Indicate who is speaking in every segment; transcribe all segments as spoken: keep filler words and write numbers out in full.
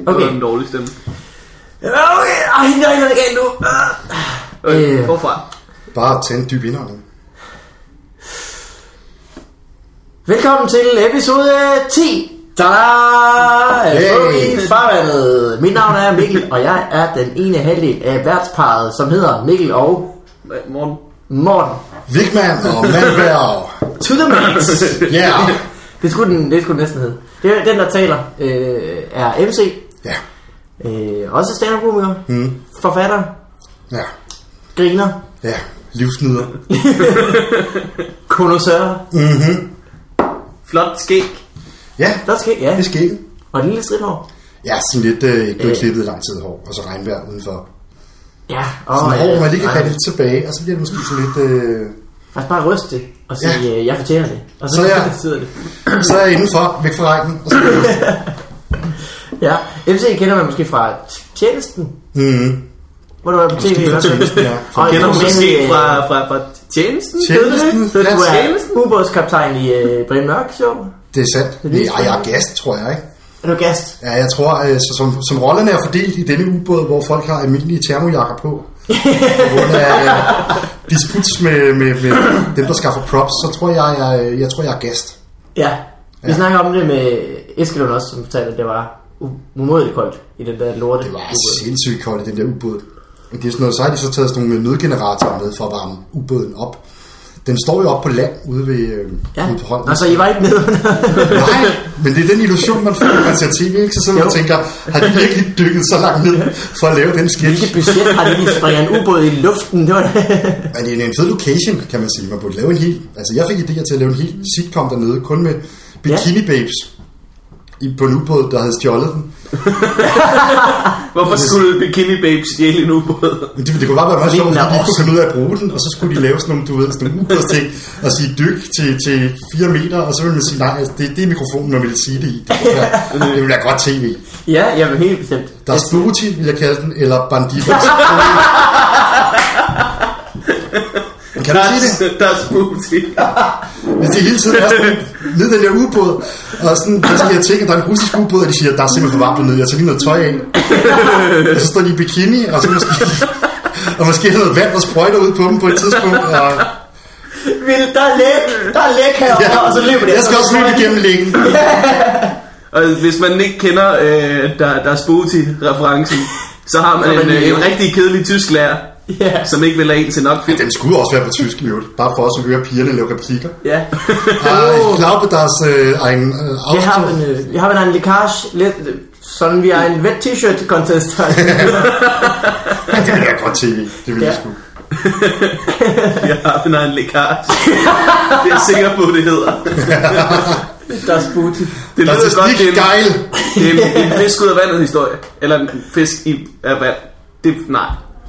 Speaker 1: Okay.
Speaker 2: Det var en dårlig stemme.
Speaker 1: Okay, ej, der er noget galt nu.
Speaker 2: Okay, øh. Forfra.
Speaker 3: Bare tænd dyb indånding.
Speaker 1: Velkommen til episode ti. Der er hey. I farvandet. Mit navn er Mikkel, og jeg er den ene halvdel af værtsparet, som hedder Mikkel og
Speaker 2: Morten.
Speaker 1: Morten.
Speaker 3: Vigman og Malberg.
Speaker 1: To the max.
Speaker 3: Ja. Yeah.
Speaker 1: Det skulle den, det skulle den næsten hedde. Det er den, der taler, øh, er M C.
Speaker 3: Ja.
Speaker 1: Øh, også stand-up-komiker.
Speaker 3: Mm.
Speaker 1: Forfatter.
Speaker 3: Ja.
Speaker 1: Griner.
Speaker 3: Ja. Livsnyder.
Speaker 1: Connoisseur.
Speaker 3: Mhm.
Speaker 2: Flot skæg.
Speaker 3: Ja.
Speaker 1: Der skal, ja.
Speaker 3: Det sker.
Speaker 1: Og et lille stridthår.
Speaker 3: Ja, sådan lidt øh, ikke blevet øh. klippet lang tid hår, og så regnvejr udenfor.
Speaker 1: Ja.
Speaker 3: Og sådan hår, man lige kan have lidt tilbage, og så bliver det måske sådan lidt... Øh...
Speaker 1: Faktisk bare ryste det, og sige, ja. øh, jeg fortjener det. Og så,
Speaker 3: så, jeg,
Speaker 1: det.
Speaker 3: så er jeg indenfor, væk fra regnen. Og så
Speaker 1: ja, M C kender man måske fra tjenesten.
Speaker 3: Mhm.
Speaker 1: Hvor du var på tv.
Speaker 3: Ja.
Speaker 2: Og kender du måske fra, fra, fra tjenesten?
Speaker 3: Tjenesten?
Speaker 1: Så du er ubådskaptajn i uh, Brian Mørk Show.
Speaker 3: Det er sandt. Nej, jeg er gast, tror jeg, ikke?
Speaker 1: Er du gast?
Speaker 3: Ja, jeg tror, så som, som rollerne er fordelt i denne ubåd, hvor folk har almindelige termojakker på. På grund af uh, disputs med, med, med dem, der skaffer props, så tror jeg, jeg, jeg, tror, jeg er gast.
Speaker 1: Ja, vi
Speaker 3: ja.
Speaker 1: snakker om det med Eskelund også, som fortalte, at det var umådeligt koldt i den der lorte.
Speaker 3: Det var ubåd. Sindssygt koldt i den der ubåd. Det er sådan noget, så har de så taget sådan nogle nødgeneratorer med for at varme ubåden op. Den står jo op på land ude ved øh,
Speaker 1: ja.
Speaker 3: ude på Holmen.
Speaker 1: Altså, I var ikke nede.
Speaker 3: Nej, men det er den illusion, man får, når man ser T V, ikke? Så sidder man og tænker, har de virkelig dykket så langt ned for at lave den sketch?
Speaker 1: Hvilket budget har de lige springer en ubåd i luften? Det var det.
Speaker 3: Men det er en fed location, kan man sige. Man burde lave en hel... Altså, jeg fik idéer til at lave en hel sitcom dernede, kun med bikini ja. babes i, på en ubåd, der havde stjålet den.
Speaker 2: Hvorfor skulle Bikini Babes stjæle en ubåd?
Speaker 3: Det, det kunne bare være meget sjovt, fordi de kunne finde ud af at bruge den, og så skulle de lave sådan nogle, du ved, sådan nogle ubådsting, og sige dyk til, til fire meter, og så ville man sige, nej, altså, det, det er mikrofonen, man ville sige det i. Det ville være, det ville være godt tv.
Speaker 1: Ja, jeg vil helt bestemt.
Speaker 3: Der er Spooty, vil jeg kalde den, eller Bandidos. Kan du sige det?
Speaker 2: Der er Spooty.
Speaker 3: Hvis det hele tiden er sådan, ned den der ubåd, og sådan, der skal jeg tænke, at der er en russisk ubåd, og de siger, at der er simpelthen for varmt dernede, jeg tager lige noget tøj af. Og så står de i bikini, og så måske, og måske noget vand, der sprøjter ud på dem på et tidspunkt. Og...
Speaker 1: Vil, der er læk, der er læk herovre, ja. Og så løber det.
Speaker 3: Jeg skal også løbe igennem lægen.
Speaker 2: Og hvis man ikke kender øh, der, der er Spooty-referencen, så har man en, en, en rigtig kedelig tysklærer. Yeah. Som ikke vil lade en til nok film.
Speaker 3: Ja, den skulle også være på tysk, jo. Bare for os at høre pigerne lave replikker.
Speaker 1: Ja.
Speaker 3: Ich glaube, dass äh, ein äh, Auto...
Speaker 1: Wir haben, wir haben einen Leckage, sådan vi er en wet t-shirt contest.
Speaker 3: Ja, det vil være godt tv. Det vil jeg sgu.
Speaker 2: Jeg har en lækage. Det er jeg sikker på, det hedder.
Speaker 1: Der er Spooty.
Speaker 2: Det lyder
Speaker 3: godt,
Speaker 2: det er en,
Speaker 3: geil.
Speaker 2: Det er en, en fisk ud af vandet historie. Eller en fisk i af vand. Det, nej.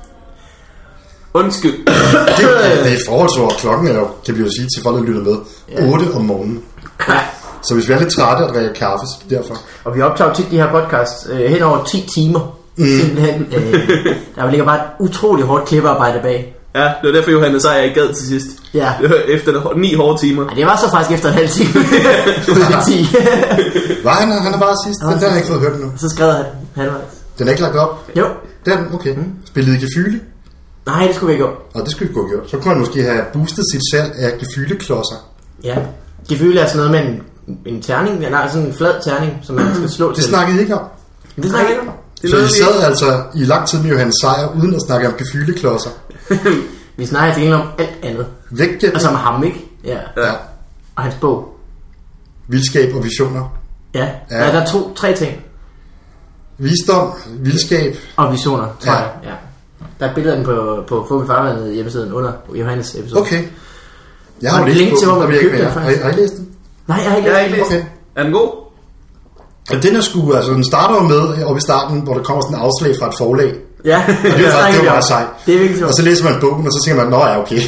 Speaker 2: Undskyld.
Speaker 3: Det, det er forholdsår. Klokken er jo, kan vi jo sige til folk, der lytter med, otte om morgenen.
Speaker 1: Ja.
Speaker 3: Så hvis vi er lidt trætte at drikke kaffe, så derfor.
Speaker 1: Og vi optager tit de her podcasts øh, hen over ti timer. Mm. Simpelthen. Øh, der ligger bare et utroligt hårdt klippearbejde bag.
Speaker 2: Ja, det var derfor Johannes og jeg gad til sidst.
Speaker 1: Ja.
Speaker 2: Efter ni hårde timer.
Speaker 1: Ja, det var så faktisk efter en halv time. ti.
Speaker 3: Var han, han er bare sidst? Den der har jeg ikke fået hørt endnu.
Speaker 1: Så skrev han halvvejs.
Speaker 3: Den er ikke lagt op?
Speaker 1: Jo.
Speaker 3: Den, okay. Mm. Spillede I Gefyle?
Speaker 1: Nej, det skulle vi ikke gøre.
Speaker 3: Og det skulle vi gå gjort. Så kunne han måske have boostet sit salg af gefyleklodser.
Speaker 1: Ja. Gefyle er sådan noget med en, en terning. Nej, sådan en flad terning, som man skal slå
Speaker 3: det
Speaker 1: til.
Speaker 3: Det snakkede I ikke om.
Speaker 1: Det snakkede I ikke om.
Speaker 3: Det så I sad vi... altså i lang tid med Johannes Sejer, uden at snakke om gefyleklodser.
Speaker 1: Vi snakker til om alt andet.
Speaker 3: Vægtgæld.
Speaker 1: Altså om ham, ikke? Ja.
Speaker 3: Ja.
Speaker 1: Og hans bog.
Speaker 3: Vildskab og visioner.
Speaker 1: Ja, ja. Der, der er to, tre ting.
Speaker 3: Visdom, vildskab.
Speaker 1: Og visioner, tror
Speaker 3: ja.
Speaker 1: jeg. Ja. Der er et billede af den på, på Få vi farvandet hjemmesiden under Johannes episode.
Speaker 3: Okay. Jeg har jo læst på, der vil jeg ikke være. Har I, har I læst den?
Speaker 1: Nej, jeg har ikke
Speaker 2: læst den.
Speaker 3: Okay.
Speaker 2: Er den god?
Speaker 3: Ja, den er sgu, altså den starter jo med oppe i starten, hvor der kommer sådan en afslag fra et forlag.
Speaker 1: Ja,
Speaker 3: og det er faktisk, det var meget sejt.
Speaker 1: Det er virkelig sjovt.
Speaker 3: Og så læser man bogen, og så tænker man, nå ja, okay.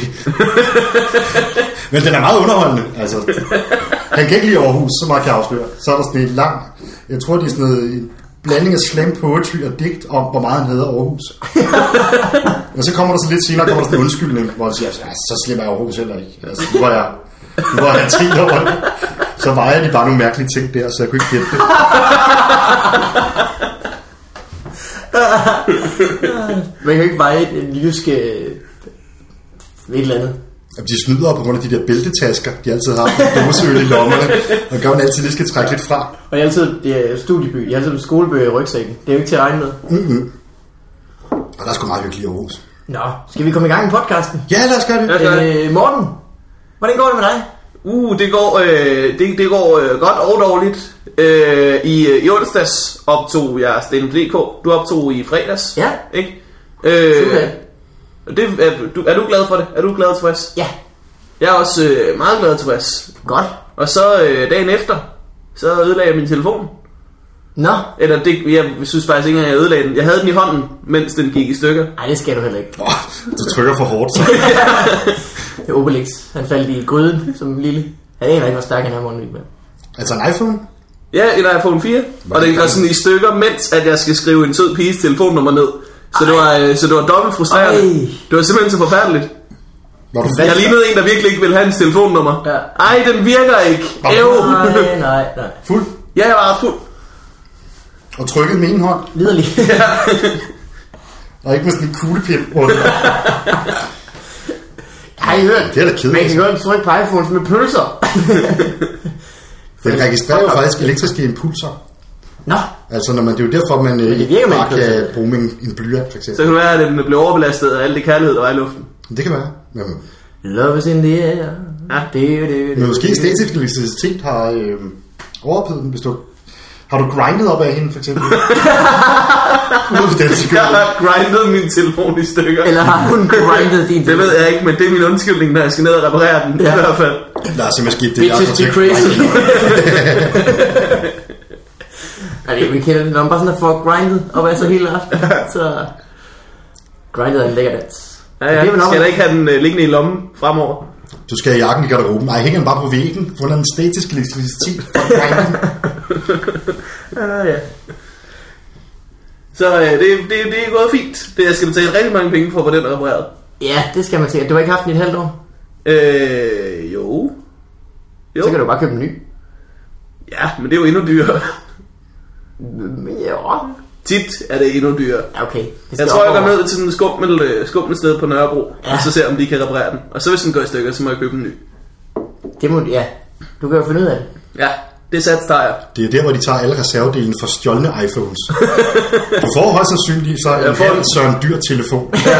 Speaker 3: Men den er meget underholdende. Altså, han kan ikke lide Aarhus, så meget kan jeg afsløre. Så er der sådan et langt, jeg tror det er sådan noget, en blanding af slam poetry og digt om, hvor meget han hedder Aarhus. Og så kommer der så lidt senere, kommer der sådan en undskyldning, hvor han siger, ja, så slipper jeg Aarhus heller ikke. Altså, nu var jeg, nu var jeg tænkt over det. Så vejer de bare nogle mærkelige ting der, så jeg kunne ikke gætte det.
Speaker 1: Man kan jo ikke veje en jysk... Et eller andet.
Speaker 3: De snyder på grund af de der bæltetasker, de altid har på dåseøl i lommerne, og gør man altid lige skal trække lidt fra.
Speaker 1: Og jeg altid, det er studieby, jeg har altid skolebøger i rygsækken. Det er jo ikke til at regne med.
Speaker 3: Mm-hmm. Og der er sgu meget hyggeligt i Aarhus.
Speaker 1: Nå, skal vi komme i gang med podcasten?
Speaker 3: Ja, lad os gøre det.
Speaker 2: Lad os gøre det.
Speaker 1: Øh, Morten, hvordan går det med dig?
Speaker 2: Uh, det går, øh, det, det går øh, godt og dårligt. Øh, I, I onsdags optog jeg Sten punktum d k. Du optog i fredags.
Speaker 1: Ja.
Speaker 2: Ikke? Øh,
Speaker 1: Super.
Speaker 2: det, er, du, er du glad for det? Er du glad tilfreds?
Speaker 1: Ja.
Speaker 2: Jeg er også øh, meget glad tilfreds.
Speaker 1: Godt.
Speaker 2: Og så øh, dagen efter, så ødelagde jeg min telefon.
Speaker 1: Nå.
Speaker 2: Eller det, jeg synes faktisk ikke, at jeg ødelagde den. Jeg havde den i hånden, mens den gik i stykker.
Speaker 1: Nej, det skal du heller ikke.
Speaker 3: Oh, du trykker for hårdt, så.
Speaker 1: Det er Obelix. Han faldt i gryden som lille. Jeg aner ikke, hvor stærk han er, Morten Wigman.
Speaker 3: Altså en iPhone?
Speaker 2: Ja, en iPhone fire.
Speaker 3: Hvad
Speaker 2: og den går sådan i stykker, mens at jeg skal skrive en sød piges telefonnummer ned. Så det var, øh, så det var dobbelt frustrerende. Ej. Det var simpelthen så forfærdeligt.
Speaker 3: Var du
Speaker 2: jeg lignede en, der virkelig ikke ville have en telefonnummer.
Speaker 1: Ja.
Speaker 2: Ej, den virker ikke.
Speaker 1: Æv. Nej, nej, nej.
Speaker 3: Fuld?
Speaker 2: Ja, jeg var fuld.
Speaker 3: Og trykket med en hånd?
Speaker 1: Liderlig.
Speaker 2: Ja.
Speaker 3: Og ikke med sådan en kuglepind.
Speaker 1: Har I hørt?
Speaker 3: Det er da kedeligt.
Speaker 1: Man kan godt trykke på iPhones med pølser.
Speaker 3: Den registrerer jo faktisk elektriske impulser.
Speaker 1: Nå.
Speaker 3: Altså, når man, det er jo derfor, man
Speaker 1: det
Speaker 3: ikke bare kan bruge en, en blyant, for eksempel.
Speaker 2: Så kan det være, at den bliver overbelastet af al det kærlighed, der var i luften.
Speaker 3: Det kan være. Men,
Speaker 1: Love is in the air.
Speaker 2: Ja.
Speaker 1: Det, det, det,
Speaker 3: men måske statisk elektricitet har øh, overophedet den, hvis du... Har du grindet op af hende, for eksempel?
Speaker 2: Jeg har grindet min telefon i stykker.
Speaker 1: Eller har hun grindet din?
Speaker 2: Det ved jeg ikke, men det er min undskyldning, når jeg skal ned og reparere den. Ja. I hvert fald.
Speaker 3: Der er simpelthen skidt det.
Speaker 1: Bitches be crazy. Altså, vi kender det, når man bare sådan er for grindet op af så hele aften. Så grindet er en lækker dans.
Speaker 2: Ja, ja. Skal jeg da ikke have den uh, liggende i lommen fremover?
Speaker 3: Du skal have jakken i garderoben. Ej, hænger den bare på væggen. Få en statisk elektricitet for grinden.
Speaker 2: Ja, ja. Så øh, det, det, det er gået fint. Det, jeg skal betale rigtig mange penge for, hvor den er repareret.
Speaker 1: Ja, det skal man se. Du har ikke haft den i et halvt år?
Speaker 2: Øh, jo. jo.
Speaker 1: Så kan du bare købe en ny.
Speaker 2: Ja, men det er jo endnu dyrere.
Speaker 1: Ja.
Speaker 2: Tit er det endnu dyrere.
Speaker 1: Ja, okay.
Speaker 2: Jeg tror, jeg går ned til sådan et skummel, skummel sted på Nørrebro, ja. Og så ser om de kan reparere den. Og så hvis den går i stykker, så må jeg købe en ny.
Speaker 1: Det må, ja. Du kan jo finde ud af det.
Speaker 2: Ja, det sat jeg.
Speaker 3: Det er der, hvor de tager alle reservedelen for stjålne iPhones. Du får højst sandsynligt så en halv Søren Dyr telefon. Ja.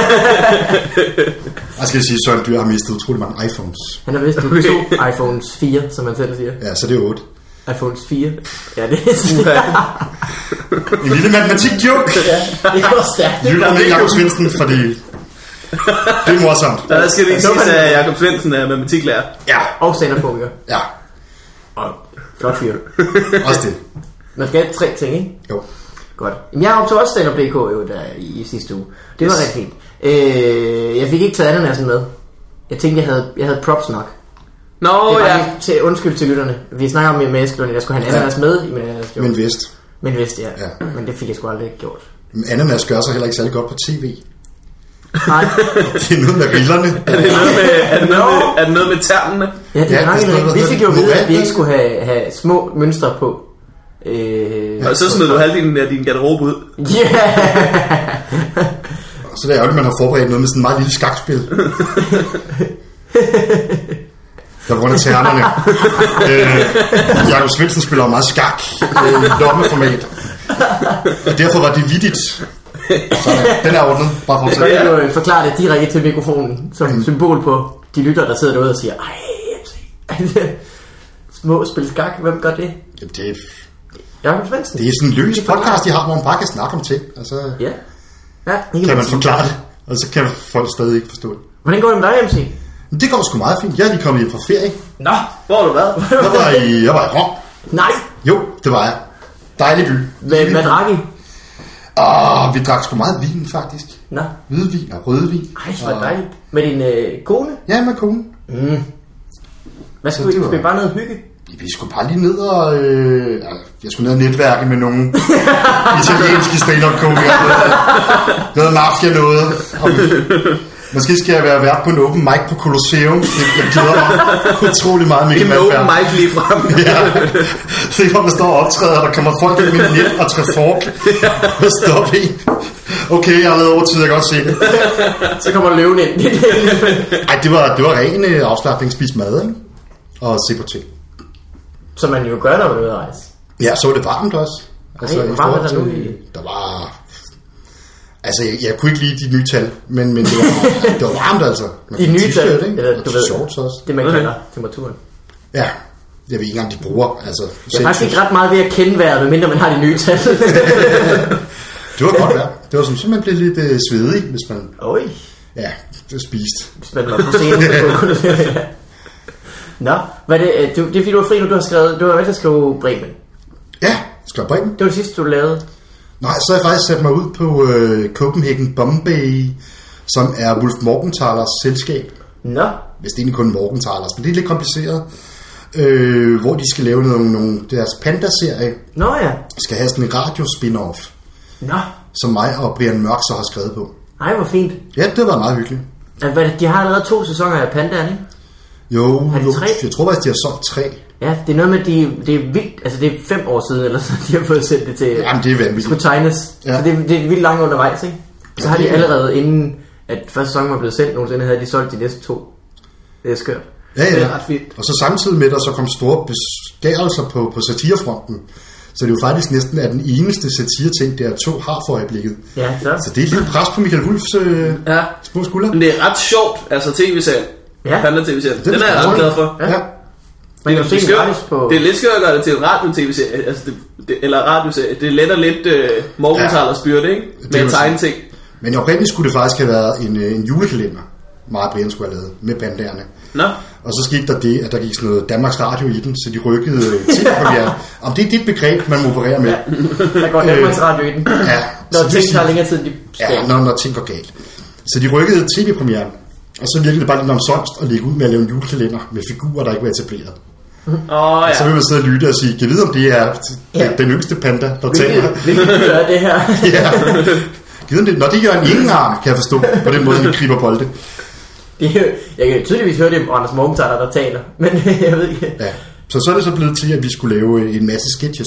Speaker 3: Jeg skal sige, Søren Dyr har mistet utrolig mange iPhones.
Speaker 1: Han har vist okay. to iPhones fire, som man selv siger.
Speaker 3: Ja, så det er otte.
Speaker 1: iPhones fire. Ja, det er sådan.
Speaker 3: En lille matematik-joke.
Speaker 1: Ja, det går stærkt.
Speaker 3: Lytter med Jakob Svendsen, fordi det er morsomt.
Speaker 2: Ja, der skal lige sige, at Jakob Svendsen er matematiklærer.
Speaker 3: Ja.
Speaker 1: Og stand-up-komiker.
Speaker 3: Ja.
Speaker 1: Og flot fyr.
Speaker 3: Også det.
Speaker 1: Man skal have tre ting, ikke?
Speaker 3: Jo.
Speaker 1: Godt. Jamen, jeg optog også stand-up punktum d k jo der i, i sidste uge. Det var yes. rigtig fint. Øh, jeg fik ikke taget ananasen med. Jeg tænkte, jeg havde, jeg havde props nok.
Speaker 2: Nå,
Speaker 1: det var
Speaker 2: ja.
Speaker 1: lige til undskyld til lytterne. Vi snakker om med Eskelund, jeg skulle have en ananas ja. med. Men, ananas,
Speaker 3: men vist.
Speaker 1: Men vist, ja.
Speaker 3: ja.
Speaker 1: Men det fik jeg sgu aldrig gjort.
Speaker 3: Men ananas gør sig heller ikke særlig godt på tv.
Speaker 1: Nej.
Speaker 3: Det er noget med rillerne.
Speaker 2: Er det noget med, er det noget med, er det noget med ternene?
Speaker 1: Ja, det er ja, nok vi fik jo vide, at vi ikke skulle have, have små mønstre på.
Speaker 2: Øh, og så smed du halvdelen af din garderobe ud.
Speaker 1: Ja. Yeah.
Speaker 3: Så det er ærgerligt, man har forberedt noget med sådan en meget lille skakspil. Der var grund af ternerne. øh, Jakob Svendsen spiller meget skak øh, i dommeformat. Og derfor var det vittigt. Sådan, den er ordnet. Bare fortsæt.
Speaker 1: Jeg kan jo forklare det direkte til mikrofonen som mm. symbol på de lytter, der sidder derude og siger, ej, små spil skak, hvem gør det?
Speaker 3: Jamen, det er...
Speaker 1: Jakob Svendsen.
Speaker 3: Det er sådan en løs podcast, de har, hvor man bare kan snakke om ting. Altså,
Speaker 1: ja. Ja,
Speaker 3: kan, kan man forklare det, og så kan folk stadig ikke forstå det.
Speaker 1: Hvordan går det med dig, M C?
Speaker 3: Det går sgu meget fint. Jeg er lige kommet hjem fra ferie.
Speaker 1: Nå, hvor har du været?
Speaker 3: Jeg var i, jeg var i Rom.
Speaker 1: Nej.
Speaker 3: Jo, det var jeg. Dejlig by.
Speaker 1: Hvad, hvad drak I?
Speaker 3: Åh, vi drak sgu meget vin, faktisk.
Speaker 1: Nå.
Speaker 3: Hvidvin og rødvin.
Speaker 1: Ej, hvor og... dejligt. Med din øh, kone?
Speaker 3: Ja, med kone.
Speaker 1: Mm. Hvad skulle I? Var... Skulle I bare ned og hygge?
Speaker 3: Vi skulle bare lige ned og... Øh, jeg skulle ned og netværke med nogle italienske stand-up-komikere. Noget mafia noget. Og Måske skal jeg være vært på en open mic på Colosseum. Jeg glæder mig utrolig meget, Mikkel Malmberg.
Speaker 2: En open mic lige frem.
Speaker 3: Ja. Se, hvor der står og optræder, der kommer folk ind med en net og trefork. Stop i. Okay, jeg har lavet over tid, jeg kan godt se det.
Speaker 1: Så kommer løven ind.
Speaker 3: Ej, det var, det var ren afslapning, spise mad, ikke? Og se på ting.
Speaker 1: Som man jo gør, når man er ude at rejse.
Speaker 3: Ja, så var det varmt også.
Speaker 1: Altså, Ej, hvor varmt er der nu i?
Speaker 3: Der var... Altså, jeg, jeg kunne ikke lide de nye tal, men, men det, var, det var varmt altså.
Speaker 1: Man de nye tal?
Speaker 3: Ikke?
Speaker 1: Eller, du ved,
Speaker 3: shorts også.
Speaker 1: Det man kalder temperaturen.
Speaker 3: Ja, jeg ved ikke engang, de bruger. Altså,
Speaker 1: jeg er faktisk ikke ret meget ved at kende vejret, medmindre man har de nye tal.
Speaker 3: Det var godt vejr. Det var som så man blev lidt uh, svedig, hvis man...
Speaker 1: Oj.
Speaker 3: Ja, det var spist.
Speaker 1: Hvis man var på scenen. Nå, hvad er det? Du, det er fordi, du var fri nu, du har skrevet... Du har været til at skrive Bremen.
Speaker 3: Ja, skrev Bremen.
Speaker 1: Det var det sidste, du lavede.
Speaker 3: Nej, så har jeg faktisk sat mig ud på uh, Copenhagen Bombay, som er Wolf Morgenthalers selskab.
Speaker 1: Nå.
Speaker 3: Hvis det egentlig kun Morgenthalers, men det er lidt kompliceret. Øh, hvor de skal lave nogle, nogle deres Panda-serie.
Speaker 1: Nå ja.
Speaker 3: Skal have sådan en radio-spin-off.
Speaker 1: Nå.
Speaker 3: Som mig og Brian Mørk så har skrevet på.
Speaker 1: Ej, hvor fint.
Speaker 3: Ja, det var meget hyggeligt.
Speaker 1: Altså, de har allerede to sæsoner af Pandaen, ikke?
Speaker 3: Jo, jo jeg tror faktisk, de har solgt tre.
Speaker 1: Ja, det er noget med, de, det er vildt, altså det er fem år siden, eller så de har fået sendt det til...
Speaker 3: Jamen, det er vanvittigt.
Speaker 1: Skulle tegnes. Ja. Så det, det er vildt langt undervejs, ikke? Så ja, har de allerede, inden at første sæson var blevet sendt nogensinde, havde de solgt de næste to. Det er skørt.
Speaker 3: Ja, ja.
Speaker 1: Det er ret vildt.
Speaker 3: Og så samtidig med, der så kom store beskærelser på, på satirefronten. Så det er jo faktisk næsten er den eneste satire-ting, der to har for øjeblikket.
Speaker 1: Ja, så.
Speaker 3: Så det er lidt pres på Michael Wulffs øh,
Speaker 2: ja.
Speaker 3: små skuldre.
Speaker 2: Men det er ret sjovt, altså tv-serien.
Speaker 1: Ja.
Speaker 2: Panda-tv-serien. Den, den er jeg ret glad for.
Speaker 1: Ja. Ja. Man kan
Speaker 2: det,
Speaker 1: se på...
Speaker 2: det er lidt skørt at gøre det til en radio-tv-serie, altså det, det, eller radioserie. Det letter lidt uh, Morgenthalers byrde, ikke? Med at tegne ting.
Speaker 3: Men oprindeligt skulle det faktisk have været en, en julekalender, meget Brian skulle have lavet, med pandaerne.
Speaker 2: Nå. Og
Speaker 3: så skete der det, at der gik sådan noget Danmarks Radio i den, så de rykkede tv-premiere. Om det er dit begreb, man må operere med.
Speaker 1: Ja, der går Danmarks Radio i den.
Speaker 3: Ja.
Speaker 1: Når ting tager længere tid, de
Speaker 3: skal. Ja, når, når ting går galt. Så de rykkede tv-premieren, og så virkede det bare lidt omsonst at lægge ud med at lave en julekalender med figurer, der ikke var etableret.
Speaker 2: Oh, ja. Så
Speaker 3: vil man sidde og lytte og sige, kan vide om det er ja. den yngste panda, der taler.
Speaker 1: Hvilket gør det her?
Speaker 3: Ja. Givet det. Når det gør en ingenarm, kan jeg forstå, på den måde, de griber bolde.
Speaker 1: Jeg kan tydeligvis høre det om Anders Morgenthaler, der taler, men jeg ved ikke.
Speaker 3: Ja. Så så er det så blevet til, at vi skulle lave en masse sketches.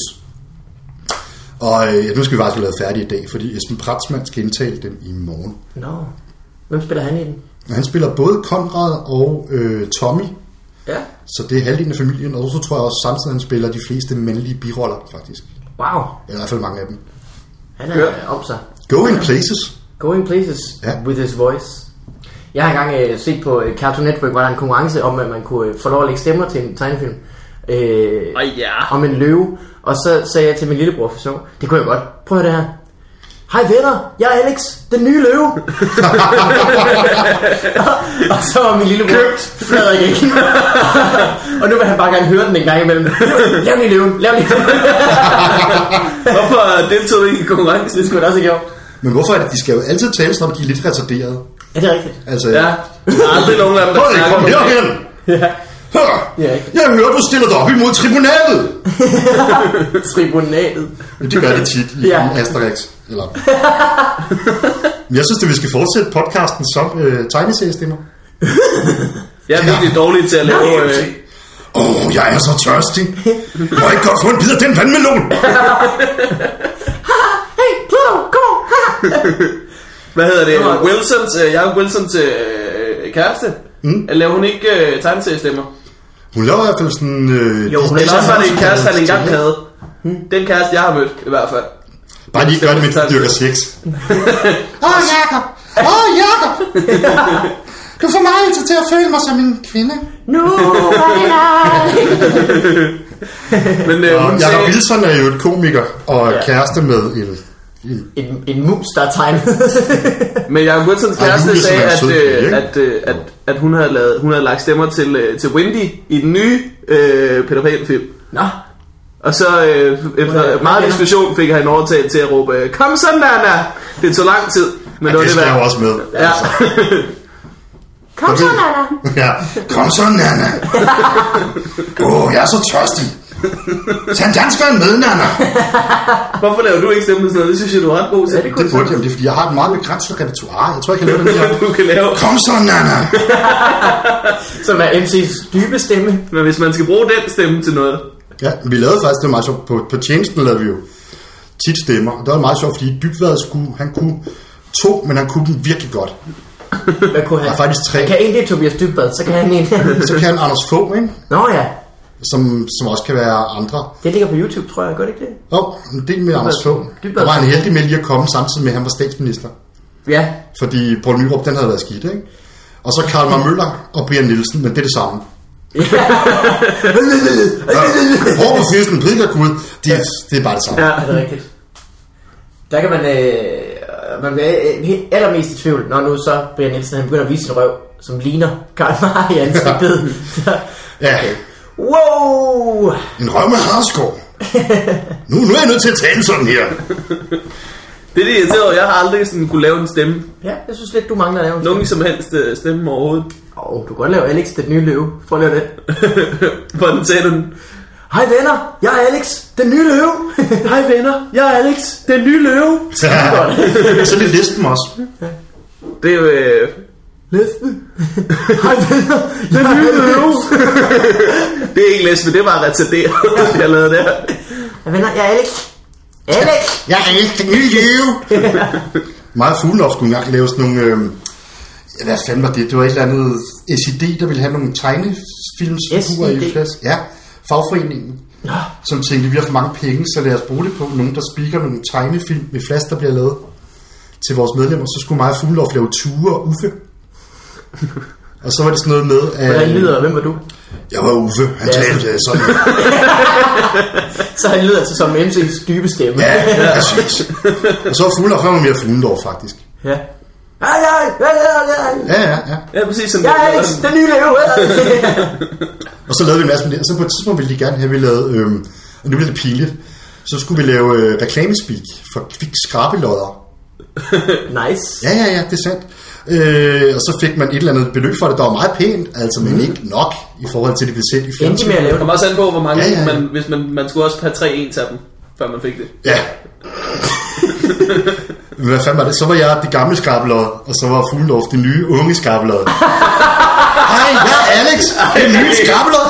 Speaker 3: Og ja, nu skal vi faktisk lave færdig i dag, fordi Esben Pratsmann skal indtale dem i morgen.
Speaker 1: Nå, hvem spiller han i den?
Speaker 3: Han spiller både Konrad og øh, Tommy.
Speaker 1: Ja.
Speaker 3: Så det er halvdelen af familien, og så tror jeg også samtidig, han spiller de fleste mandlige biroller, faktisk.
Speaker 1: Wow.
Speaker 3: Eller i hvert fald mange af dem.
Speaker 1: Han er ja. om sig.
Speaker 3: Going places.
Speaker 1: Going places ja. with his voice. Jeg har engang øh, set på øh, Cartoon Network, var der en konkurrence om, at man kunne øh, få lov at lægge stemmer til en tegnefilm. Øh,
Speaker 2: oh, yeah.
Speaker 1: Om en løve. Og så sagde jeg til min lillebror for sjov, det kunne jeg godt. Prøv at det her. Hej venner, jeg er Alex, den nye løve. og, og så var min lillebror Frederik ikke. og nu vil han bare gerne høre den en gang imellem. Lav lige løven, lav lige løven.
Speaker 2: Hvorfor deltog du ikke i konkurrencen?
Speaker 1: Det skulle jeg også have gjort.
Speaker 3: Men hvorfor er det, de skal jo altid tale, når de er lidt retarderede?
Speaker 1: Ja, det er rigtigt.
Speaker 3: Altså,
Speaker 2: ja. Der er aldrig nogen af dem, der
Speaker 3: snakker om det.
Speaker 1: Ja.
Speaker 3: Hør, ja, jeg hører, du stiller dig op imod tribunalet.
Speaker 1: Tribunalet.
Speaker 3: Det gør det tit i ja. Asterix. Eller. Men jeg synes, at vi skal fortsætte podcasten som øh, tegneseriestemmer.
Speaker 2: Jeg er virkelig dårlig til at lave... Åh, øh...
Speaker 3: oh, jeg er så tørstig. Må jeg ikke godt få en bid af den vandmelon?
Speaker 1: Hey, Pluto, kom on.
Speaker 2: Hvad hedder det? Wilsons, øh, jeg er Wilsons øh, kæreste. Mm. Laver hun ikke øh, tegneseriestemmer?
Speaker 3: Hun laver i hvert fald sådan... Øh,
Speaker 2: jo, hun er også bare en kæreste, han engang havde. Hmm. Den kæreste, jeg har mødt, i hvert fald.
Speaker 3: Bare lige gør det, mens de dyrker sex. Åh, oh, Jacob! Åh, oh, Jacob! Du får mig altid til at føle mig som en kvinde.
Speaker 1: Nu var det dig!
Speaker 3: Men øh, Jacob sagde... Wilson er jo et komiker og ja. kæreste med en...
Speaker 1: En, en, en mus, der er tegnet.
Speaker 2: Men Jacob Wilsons kæreste sagde, at, øh, at, øh, at, at hun, havde lavet, hun havde lagt stemmer til, øh, til Wendy i den nye øh, Peter Pan-film.
Speaker 1: Nå.
Speaker 2: Og så øh, efter meget diskussion fik han overtalt til at råbe, kom så, Nana! Det tog lang tid.
Speaker 3: Men ja, det, det skal jeg også med.
Speaker 2: Ja. Altså.
Speaker 1: Kom så, Nana!
Speaker 3: Ja, kom så, Nana! Åh, oh, jeg er så tørstig. Tag en danskeren med, Nana.
Speaker 2: Hvorfor laver du ikke stemme sådan noget? Det synes jeg, du er ret god til.
Speaker 1: Ja, det,
Speaker 3: det burde jeg, det er fordi, jeg har et meget begrænset repertoire. Jeg tror, jeg kan lave den her.
Speaker 2: Du kan lave.
Speaker 3: Kom så, Nana.
Speaker 1: Som er M C's dybe stemme.
Speaker 2: Men hvis man skal bruge den stemme til noget.
Speaker 3: Ja, vi lavede faktisk, det var meget sjovt. På, på tjenesten lavede vi jo tit stemmer. Og det var meget sjovt, fordi Dybvad skulle, han kunne to, men han kunne dem virkelig godt.
Speaker 1: Hvad kunne han?
Speaker 3: Der er faktisk tre.
Speaker 1: Han kan en, det er Tobias Dybvad, så kan han en.
Speaker 3: Så kan han Anders Fogh, ikke?
Speaker 1: Nå ja.
Speaker 3: Som, som også kan være andre.
Speaker 1: Det ligger på YouTube, tror jeg. Gør det ikke det?
Speaker 3: Åh, oh, en del med Anders Fogh. Der var han heldig med lige at komme samtidig med, at han var statsminister.
Speaker 1: Ja.
Speaker 3: Fordi Poul Nyrup, den havde været skidt, ikke? Og så Karl Møller og Brian Nielsen, men det er det samme. Hård på fyrsten, prædikergud, det, det er bare det samme.
Speaker 1: Ja, det er rigtigt. Der kan man, øh, man bliver allermest i tvivl, når nu så Brian Nielsen, han begynder at vise sin røv, som ligner Karl Marr i ansigtet.
Speaker 3: Ja.
Speaker 1: Okay. Wow!
Speaker 3: En røv med Harsgaard. Nu, nu er jeg nødt til at tale sådan her.
Speaker 2: Det er det irriterende, jeg har aldrig sådan kunne lave en stemme.
Speaker 1: Ja, jeg synes lidt, du mangler at lave en
Speaker 2: Nogen som helst uh, stemme overhovedet.
Speaker 1: Åh, oh, du kan godt lave Alex, den nye løve. Prøv at lave det.
Speaker 2: Hvordan sagde du den?
Speaker 1: Hej venner, jeg er Alex, den nye løve.
Speaker 2: Hej venner, jeg er Alex, den nye løve.
Speaker 3: Så lidt lispen også.
Speaker 2: Det er jo... Øh...
Speaker 1: Lesbe. Hej venner,
Speaker 2: den nye løve. Det er ikke lesbe, det var retarderet, jeg lavede der.
Speaker 1: Hej venner, jeg er Alex. Alex!
Speaker 3: Jeg er Alex, den nye løve. Meget Fuglendorf skulle engang lave sådan nogle... Øh, hvad fanden var det? Det var et eller andet S I D, der ville have nogle tegnefilmsfigurer i plads. Ja, fagforeningen. Ja. Som tænkte, vi har for mange penge, så lad os bruge det på nogen, der speaker nogle tegnefilm med flash, der bliver lavet til vores medlemmer. Så skulle meget Fuglendorf lave Ture og Uffe. Og så var det sådan noget med... At,
Speaker 1: hvordan lyder, hvem var du?
Speaker 3: Jeg var Uffe, han ja, talte sådan.
Speaker 1: Så han lyder altså som M C's dybe stemme.
Speaker 3: Ja, ja, præcis. Og så var Fuglendorf, han var mere Fuglendorf faktisk.
Speaker 1: Ja. Hej, hej, hej, hej.
Speaker 3: Ja, ja, ja.
Speaker 2: Ja, præcis som
Speaker 1: ja, det. Alex, den nye løve.
Speaker 3: Og så lavede vi en masse med det. Og så på et tidspunkt ville de gerne have, vi lavede, øhm, og nu bliver det pinligt, så skulle vi lave øh, reklamespeak for Kvik Skrabelodder.
Speaker 1: Nice.
Speaker 3: Ja, ja, ja, det er sandt. Øh, og så fik man et eller andet beløb for det, der var meget pænt, altså, men ikke nok i forhold til det, vi selv i
Speaker 1: fjernsynet.
Speaker 2: Det kommer også an på, hvor mange,
Speaker 3: ja, ja, ja.
Speaker 2: Man, hvis man, man skulle også have tre ens af dem, før man fik det.
Speaker 3: Ja. Hvad fanden var det? Så var jeg det gamle Skrabelod, og så var Fuglendorf det nye unge Skrabelod. Hej, jeg er Alex, det nye Skrabelod.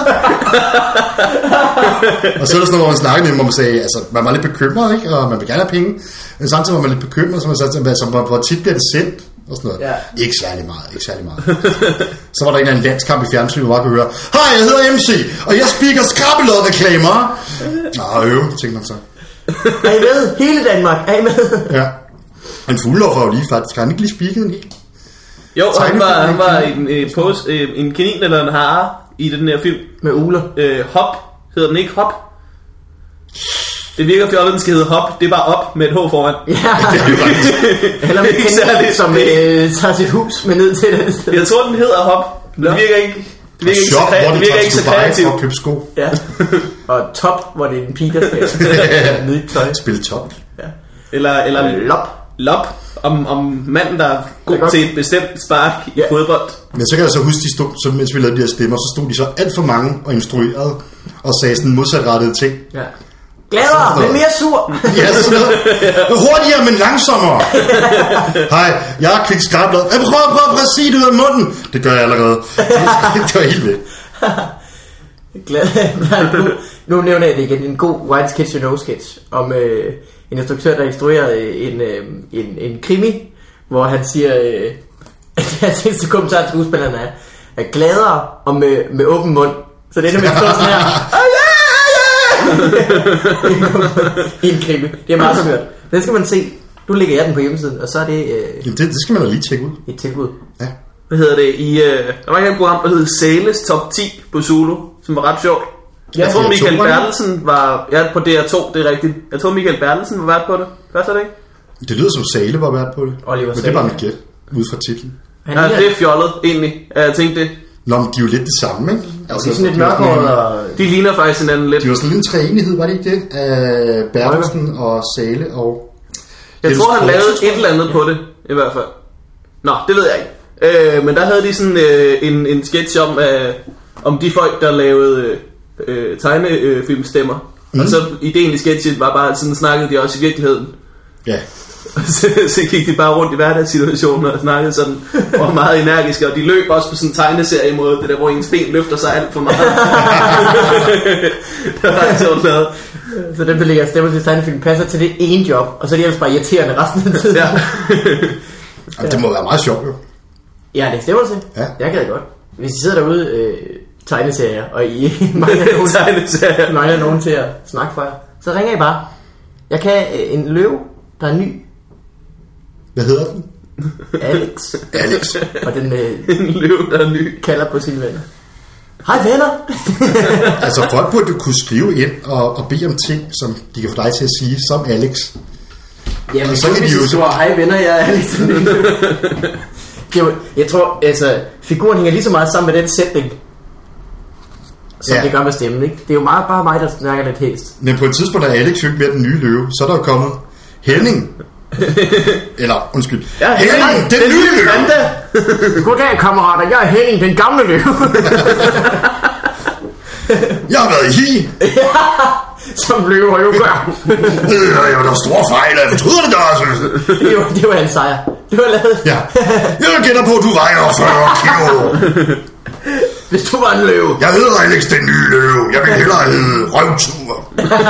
Speaker 3: Og så er der sådan noget, hvor man snakkede med, hvor man sagde, altså, man var lidt bekymret, ikke? Og man vil gerne have penge, men samtidig var man lidt bekymret, så man sagde, altså, hvor tit bliver det sendt? Og sådan noget. Ja. Ikke særlig meget, ikke særlig meget. Så var der en eller anden landskamp i fjernsynet, hvor man bare kunne høre, hej, jeg hedder M C, og jeg speaker Skrabelod-reklamer. Nå, øv, tænkte man så.
Speaker 1: Er I med? Hele Danmark, er I med?
Speaker 3: Ja. Men Fuglendorf var jo lige faktisk, han ikke lige speaket en hel.
Speaker 2: Jo, han var, han var en, en, pose, en kanin eller en hare i den her film.
Speaker 1: Med uler.
Speaker 2: Øh, hop, hedder den ikke Hop? Det virker fjollet, den skal hedde Hop. Det er bare op med et H foran.
Speaker 1: Ja, det er jo faktisk. Eller med en kanin, som øh, tager sit hus med ned til det sted.
Speaker 2: Jeg tror, den hedder Hop. Det virker ikke... Det virker ikke
Speaker 3: shop,
Speaker 2: så, det virker ikke så kreativt.
Speaker 3: For at købe sko.
Speaker 1: Ja. Og top, hvor det er en pige, der skal ned i tøj.
Speaker 3: Spil top.
Speaker 2: Ja. Eller, eller
Speaker 1: lop.
Speaker 2: Lop. Om, om manden, der er god til et bestemt spark i ja. fodbold.
Speaker 3: Men så kan jeg så huske, de stod, så mens vi lavede de her stemmer, så stod de så alt for mange og instruerede og sagde sådan modsatrettede ting.
Speaker 1: Ja. Glæder, men mere sur.
Speaker 3: Ja, sådan noget. Hurtigere, men langsommere. Hej, jeg er Kvik Skrabelod. Jeg prøver, prøver, prøver at sige det ud af munden. Det gør jeg allerede. Det var helt vildt.
Speaker 1: nu, nu nævner jeg det igen. En god White Sketch You Know sketch om øh, en instruktør, der instruerede en, øh, en, en krimi, hvor han siger, øh, at jeg tænkte til kommentar til skuespillerne er, er gladere og med, med åben mund. Så det er nemlig sådan her. I en krimi. Det er meget skørt. Den skal man se. Nu lægger jeg den på hjemmesiden, og så er det... Øh,
Speaker 3: Jamen det, det skal man da lige tjekke ud.
Speaker 1: Et tilbud.
Speaker 3: Ja.
Speaker 2: Hvad hedder det? I, øh, der var et program, der hed Sales Top ti på Zulu, som var ret sjovt. Ja, jeg tror Michael Bertelsen var... Ja, på D R to, det er rigtigt. Jeg tror Michael Bertelsen var vært på det. Hvad så det ikke?
Speaker 3: Det lyder som Sale var vært på det.
Speaker 1: Oliver
Speaker 3: men det var mit gæt, ud fra titlen.
Speaker 2: Ja, det er fjollet, egentlig. Jeg tænkte det.
Speaker 3: Nå, men de er jo lidt det samme, ikke?
Speaker 1: Altså, de er sådan lidt mørkhåret og...
Speaker 2: De ligner faktisk hinanden lidt.
Speaker 3: De var sådan lidt en træenighed, var det ikke det? Af Bertelsen og Sale og...
Speaker 2: Jeg tror, han lavede et eller andet på det, i hvert fald. Nå, det ved jeg ikke. Øh, men der havde de sådan øh, en, en sketch om, øh, om de folk, der lavede, øh, øh, tegnefilmstemmer. Mm. Og så ideen i sketchet var bare, sådan snakkede de også i virkeligheden.
Speaker 3: Ja.
Speaker 2: Og så, så gik de bare rundt i hverdagssituationer og snakkede sådan, og var meget energiske, og de løb også på sådan en tegneserie måde, det der, hvor ens ben løfter sig alt for meget. Det var ikke så lavet.
Speaker 1: Så dem, der ligger stemmer til tegnefilm, passer til det ene job, og så er de ellers bare irriterende resten af tiden.
Speaker 2: Ja.
Speaker 3: Jamen, det må være meget sjovt, jo.
Speaker 1: Ja, det stemmer til.
Speaker 3: Ja.
Speaker 1: Jeg kan det godt. Hvis I sidder derude, øh, tegneserier, og I mangler nogen,
Speaker 2: tegneserier.
Speaker 1: mangler nogen til at snakke for jer, så ringer I bare. Jeg kan øh, en løve, der er ny.
Speaker 3: Hvad hedder den?
Speaker 1: Alex.
Speaker 3: Alex.
Speaker 1: Og den øh,
Speaker 2: En løv, der er ny.
Speaker 1: kalder på sine venner. Hej venner!
Speaker 3: Altså, folk burde jo kunne skrive ind og, og bede om ting, som de kan få dig til at sige, som Alex.
Speaker 1: Jamen,
Speaker 3: så kan de jo...
Speaker 1: Står, hej venner, jeg er Alex. Jo, jeg tror, altså, figuren hænger lige så meget sammen med den sætning, som
Speaker 3: Ja.
Speaker 1: det gør med stemmen, ikke? Det er jo meget bare mig, der snakker lidt hæst.
Speaker 3: Men på et tidspunkt er Alex jo ikke mere den nye løve, så er der jo kommet Henning. Eller, undskyld.
Speaker 2: Ja,
Speaker 3: Henning,
Speaker 2: Henning,
Speaker 3: den, den nye løve.
Speaker 1: Goddag, kammerater. Jeg er Henning, den gamle løve.
Speaker 3: Jeg har været i hi.
Speaker 1: Som løver jo gør.
Speaker 3: Jeg var der store fejl, jeg fortryder det der, altså.
Speaker 1: Det var, det var hans sejr. Det var lavet.
Speaker 3: Ja. Jeg gætter på, at du vejer fyrre kilo.
Speaker 1: Hvis du var en løve.
Speaker 3: Jeg hedder Alex, den nye løve. Jeg vil hellere hedde Røvtur.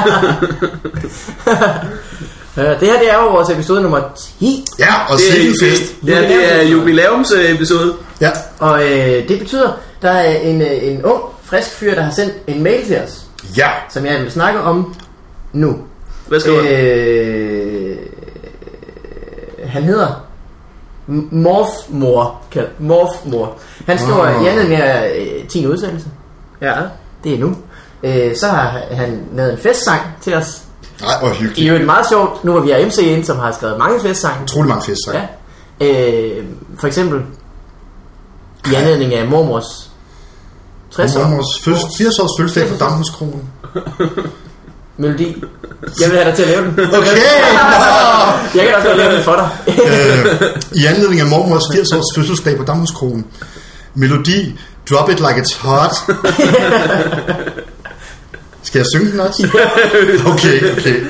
Speaker 1: Uh, det her, det er jo vores episode nummer ti.
Speaker 3: Ja, og
Speaker 2: Det
Speaker 3: sikke en
Speaker 2: er,
Speaker 3: fest.
Speaker 2: ja, det er jubilæumsepisode.
Speaker 3: Ja.
Speaker 1: Og øh, det betyder, der er en, øh, en ung, frisk fyr, der har sendt en mail til os,
Speaker 3: Ja.
Speaker 1: som jeg vil snakke om nu.
Speaker 2: Hvad skal øh,
Speaker 1: Øh, han hedder M- Morfmor. kald- Morfmor. Han skriver
Speaker 3: Ah.
Speaker 1: i anledning af øh, tiende udsendelse.
Speaker 2: Ja.
Speaker 1: Det er nu. Øh, så har han lavet en festsang til os.
Speaker 3: Nej, hvor
Speaker 1: I
Speaker 3: hyggeligt.
Speaker 1: er jo meget sjovt, nu hvor vi har M C ind, som har skrevet mange festsange.
Speaker 3: Utrolig mange fest,
Speaker 1: Ja. Øh, for eksempel i anledning af mormors tres år.
Speaker 3: Mormors firs års fødselsdag på Damhuskronen.
Speaker 1: Melodi. Jeg vil have dig til at lave den.
Speaker 3: Okay!
Speaker 1: Jeg kan også godt lave den for dig.
Speaker 3: øh, I anledning af mormors firs års fødselsdag på Damhuskronen. Melodi Drop It Like It's Hot. Skal jeg synge den også? Okay, okay.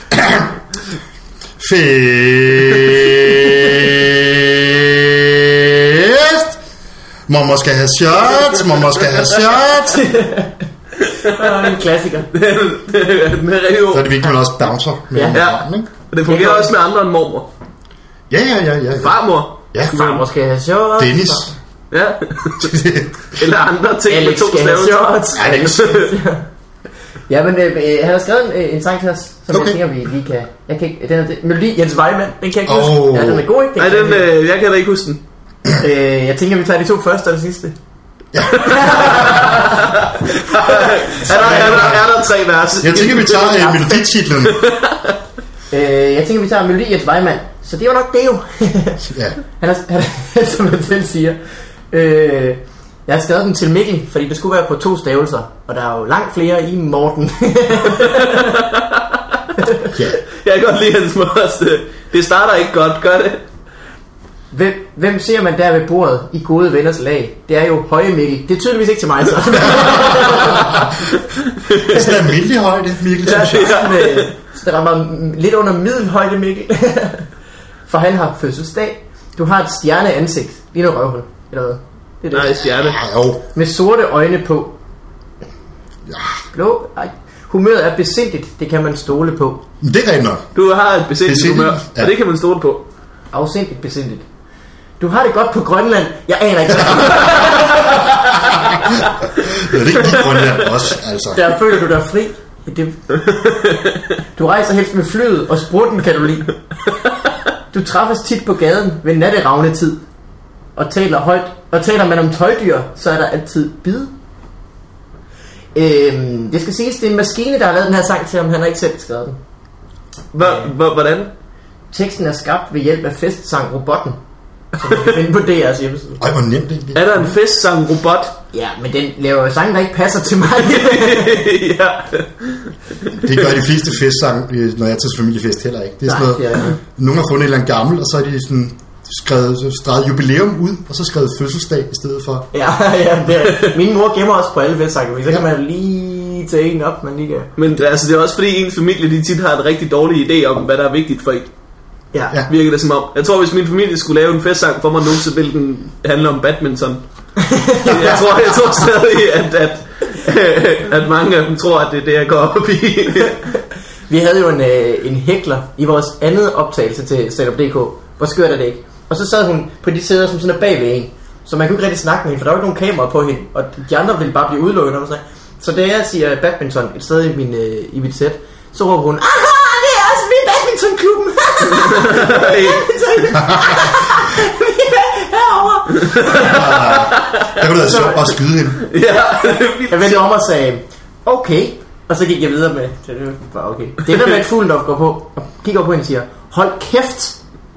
Speaker 3: Fest! Mamma skal have shots, mamma skal have shots.
Speaker 1: Det er en klassiker.
Speaker 2: Den er rigtig
Speaker 3: Så er
Speaker 2: god.
Speaker 3: det vigtigt, at man også bouncer med
Speaker 1: Ja.
Speaker 3: ja.
Speaker 2: Ja.
Speaker 3: ikke?
Speaker 2: Og det fungerer også med andre end mormor.
Speaker 3: Ja, ja, ja, ja.
Speaker 2: Farmor.
Speaker 3: Ja,
Speaker 1: Farmor skal have shots.
Speaker 3: Dennis.
Speaker 2: Ja. Eller andre ting med
Speaker 1: Alex
Speaker 2: to
Speaker 1: skal have
Speaker 2: stavelser.
Speaker 1: shots.
Speaker 3: Alex.
Speaker 1: Ja, men øh, øh, han har skrevet en, øh, en sang til os, som
Speaker 3: Okay.
Speaker 1: jeg tænker, vi lige kan... Jeg kan ikke... Den er, det, Melodi Jens Weimann, den kan jeg ikke
Speaker 3: Oh.
Speaker 1: huske. Ja, den er god, ikke?
Speaker 2: Nej,
Speaker 1: kan
Speaker 2: den,
Speaker 1: jeg,
Speaker 2: øh, jeg kan da ikke huske den.
Speaker 1: øh, jeg tænker, vi tager de to første og det sidste.
Speaker 2: Er der, er, der, er der tre vers?
Speaker 3: Jeg tænker, vi tager uh, melodititlen.
Speaker 1: Øh, jeg tænker, vi tager Melodi Jens Weimann. Så det var nok det jo.
Speaker 3: Ja.
Speaker 1: Han er, han er, som han selv siger. Øh, jeg har skrevet den til Mikkel, fordi det skulle være på to stavelser. Og der er jo langt flere i Morten.
Speaker 3: Ja.
Speaker 2: Jeg kan godt lide hans måde. Det starter ikke godt, gør det?
Speaker 1: Hvem, hvem ser man der ved bordet i gode venners lag? Det er jo Høje Mikkel. Det er tydeligvis ikke til mig, så.
Speaker 3: Det er sådan en almindelig højde, Mikkel.
Speaker 1: Der er sådan, øh, så der rammer lidt under middelhøjde, Mikkel. For han har fødselsdag. Du har et stjerneansigt. Lige noget røvhul. Eller hvad? Det er det.
Speaker 2: Nej, stjerne.
Speaker 3: Ja, jo.
Speaker 1: Med sorte øjne på.
Speaker 3: Ja.
Speaker 1: Blå. Ej. Humøret er besindigt. Det kan man stole på.
Speaker 3: Men det er rent nok.
Speaker 2: Du har et besindigt
Speaker 3: Besindigt,
Speaker 2: humør,
Speaker 3: ja.
Speaker 2: og det kan man stole på.
Speaker 1: Afsindigt besindigt. Du har det godt på Grønland. Jeg aner ikke.
Speaker 3: Det er ikke lige Grønland også, altså.
Speaker 1: Der føler du dig fri. Det... Du rejser helst med flyet, og sprutten kan du lide. Du træffes tit på gaden ved natteravne tid. Og taler højt. Og taler man om tøjdyr, så er der altid bid. Øhm, det skal siges, det er en maskine, der har lavet den her sang til ham. Han har ikke selv skrevet den.
Speaker 2: Hvor- hvor- Hvordan?
Speaker 1: Teksten er skabt ved hjælp af festsang-robotten, som du kan finde på D R's hjemmeside.
Speaker 3: Ej, hvor nemt egentlig.
Speaker 2: Er der en festsang robot?
Speaker 1: Ja, men den laver jo sange, der ikke passer til mig.
Speaker 2: Ja.
Speaker 3: Det gør de fleste festsange, når jeg tager til familiefest heller ikke. Det er sådan
Speaker 1: Nej,
Speaker 3: noget,
Speaker 1: det er ikke.
Speaker 3: nogen har fundet et eller andet gammelt, og så er de sådan skrevet, streget jubilæum ud, og så skrevet fødselsdag i stedet for.
Speaker 1: Ja, ja, det er, min mor gemmer også på alle festsange, så kan man jo lige til en op, man lige kan...
Speaker 2: Men altså, det er også fordi ens familie, de tit har en rigtig dårlig idé om, hvad der er vigtigt for en.
Speaker 1: Ja.
Speaker 2: Ja. Virker det som om. Jeg tror, hvis min familie skulle lave en festsang for mig nu, så ville den handle om badminton. jeg, tror, jeg tror stadig, at, at, at mange af dem tror, at det er det, jeg går op i.
Speaker 1: Vi havde jo en, øh, en hækler i vores andet optagelse til Stand Up punktum d k. Hvor skørt er det ikke? Og så sad hun på de sæder, som sådan er bagved en. Så man kunne ikke rigtig snakke med hende, for der var ikke nogen kamera på hende. Og de andre ville bare blive udelukket. Og sådan. Så da jeg siger badminton et sted i, min, øh, i mit sæt, så råber hun, aha, det er også min badmintonklubben. Herovre.
Speaker 3: Der kunne du have sjovt at skyde hende.
Speaker 2: Ja.
Speaker 1: Jeg vendte om og sagde, okay. Og så gik jeg videre med, det var okay. Det er der med et Fuglendorf går på, og kigger på hende og siger, hold kæft.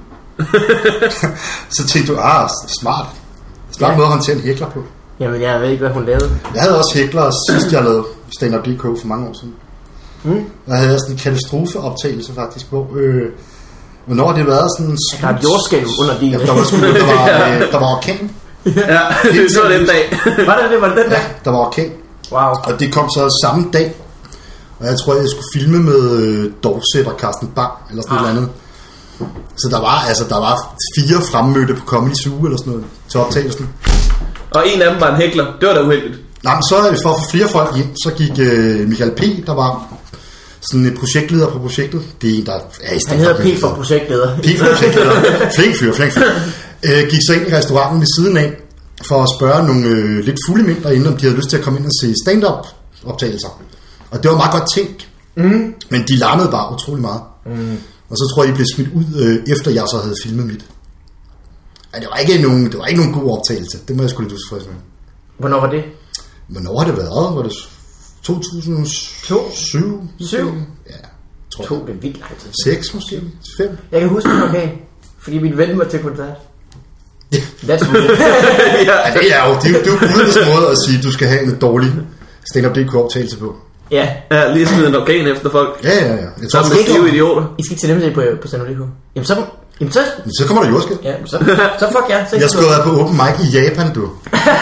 Speaker 3: Så tænkte du, ah, smart. Smart ja. Måde at håndtere en hækler på.
Speaker 1: Jamen, jeg ved ikke, hvad hun lavede.
Speaker 3: Jeg havde også hækler, sidst jeg lavede Stand Up punktum d k for mange år siden. Mm. Der havde jeg sådan en katastrofeoptagelse faktisk, hvor... Øh, hvornår har det været sådan...
Speaker 1: Der er et jordskælv under din...
Speaker 3: Ja, der var, sgu, der var, øh, der var orkan.
Speaker 2: Ja, det var den dag.
Speaker 1: Var det det? Var det den dag?
Speaker 3: Ja, der var orkan.
Speaker 1: Wow.
Speaker 3: Og det kom så samme dag. Og jeg tror, jeg skulle filme med øh, Dorset og Carsten Bang, eller sådan ah. noget andet. Så der var, altså, der var fire fremmødte på Comedy Zoo, eller sådan noget, til optagelsen.
Speaker 2: Og en af dem var en hækler. Det var da uheldigt.
Speaker 3: Nej, men så for at få flere folk ind, så gik øh, Michael P., der var sådan en projektleder på projektet. Det er en, der er i
Speaker 1: Han hedder P for projektleder.
Speaker 3: P for projektleder. Flink fyr, flink fyr. Øh, gik så ind i restauranten ved siden af, for at spørge nogle øh, lidt fulde mænd derinde, om de havde lyst til at komme ind og se stand-up optagelser. Og det var meget godt tænkt. Mm. Men de larmede bare utrolig meget. Mm. Og så tror jeg, de blev smidt ud, øh, efter jeg så havde filmet mit. Ja, det var ikke nogen, det var ikke nogen god optagelse. Det må jeg sgu lidt udfriske med.
Speaker 1: Hvornår var det?
Speaker 3: Hvornår har det været? Var det to tusind og syv?
Speaker 1: syv?
Speaker 3: Ja, tror
Speaker 1: to, det er vildt lang tid.
Speaker 3: seks måske? fem?
Speaker 1: Jeg kan huske det okay, fordi min ven var til koncert. That's
Speaker 3: weird. Ja, det er jo, det er jo, det er jo gudernes måde at sige, at du skal have en dårlig Stand Up punktum d k optagelse på.
Speaker 1: Ja.
Speaker 2: Ja, lige smide en orkan efter folk.
Speaker 3: Ja, ja, ja. Jeg
Speaker 2: tror, så er det idioter.
Speaker 1: I skal ikke til dem på, på Stand Up punktum d k. Jamen så... Jamen så...
Speaker 3: Så kommer der jordskæld.
Speaker 1: Ja, så, så fuck ja. Så
Speaker 3: jeg skulle have på open mic i Japan, du.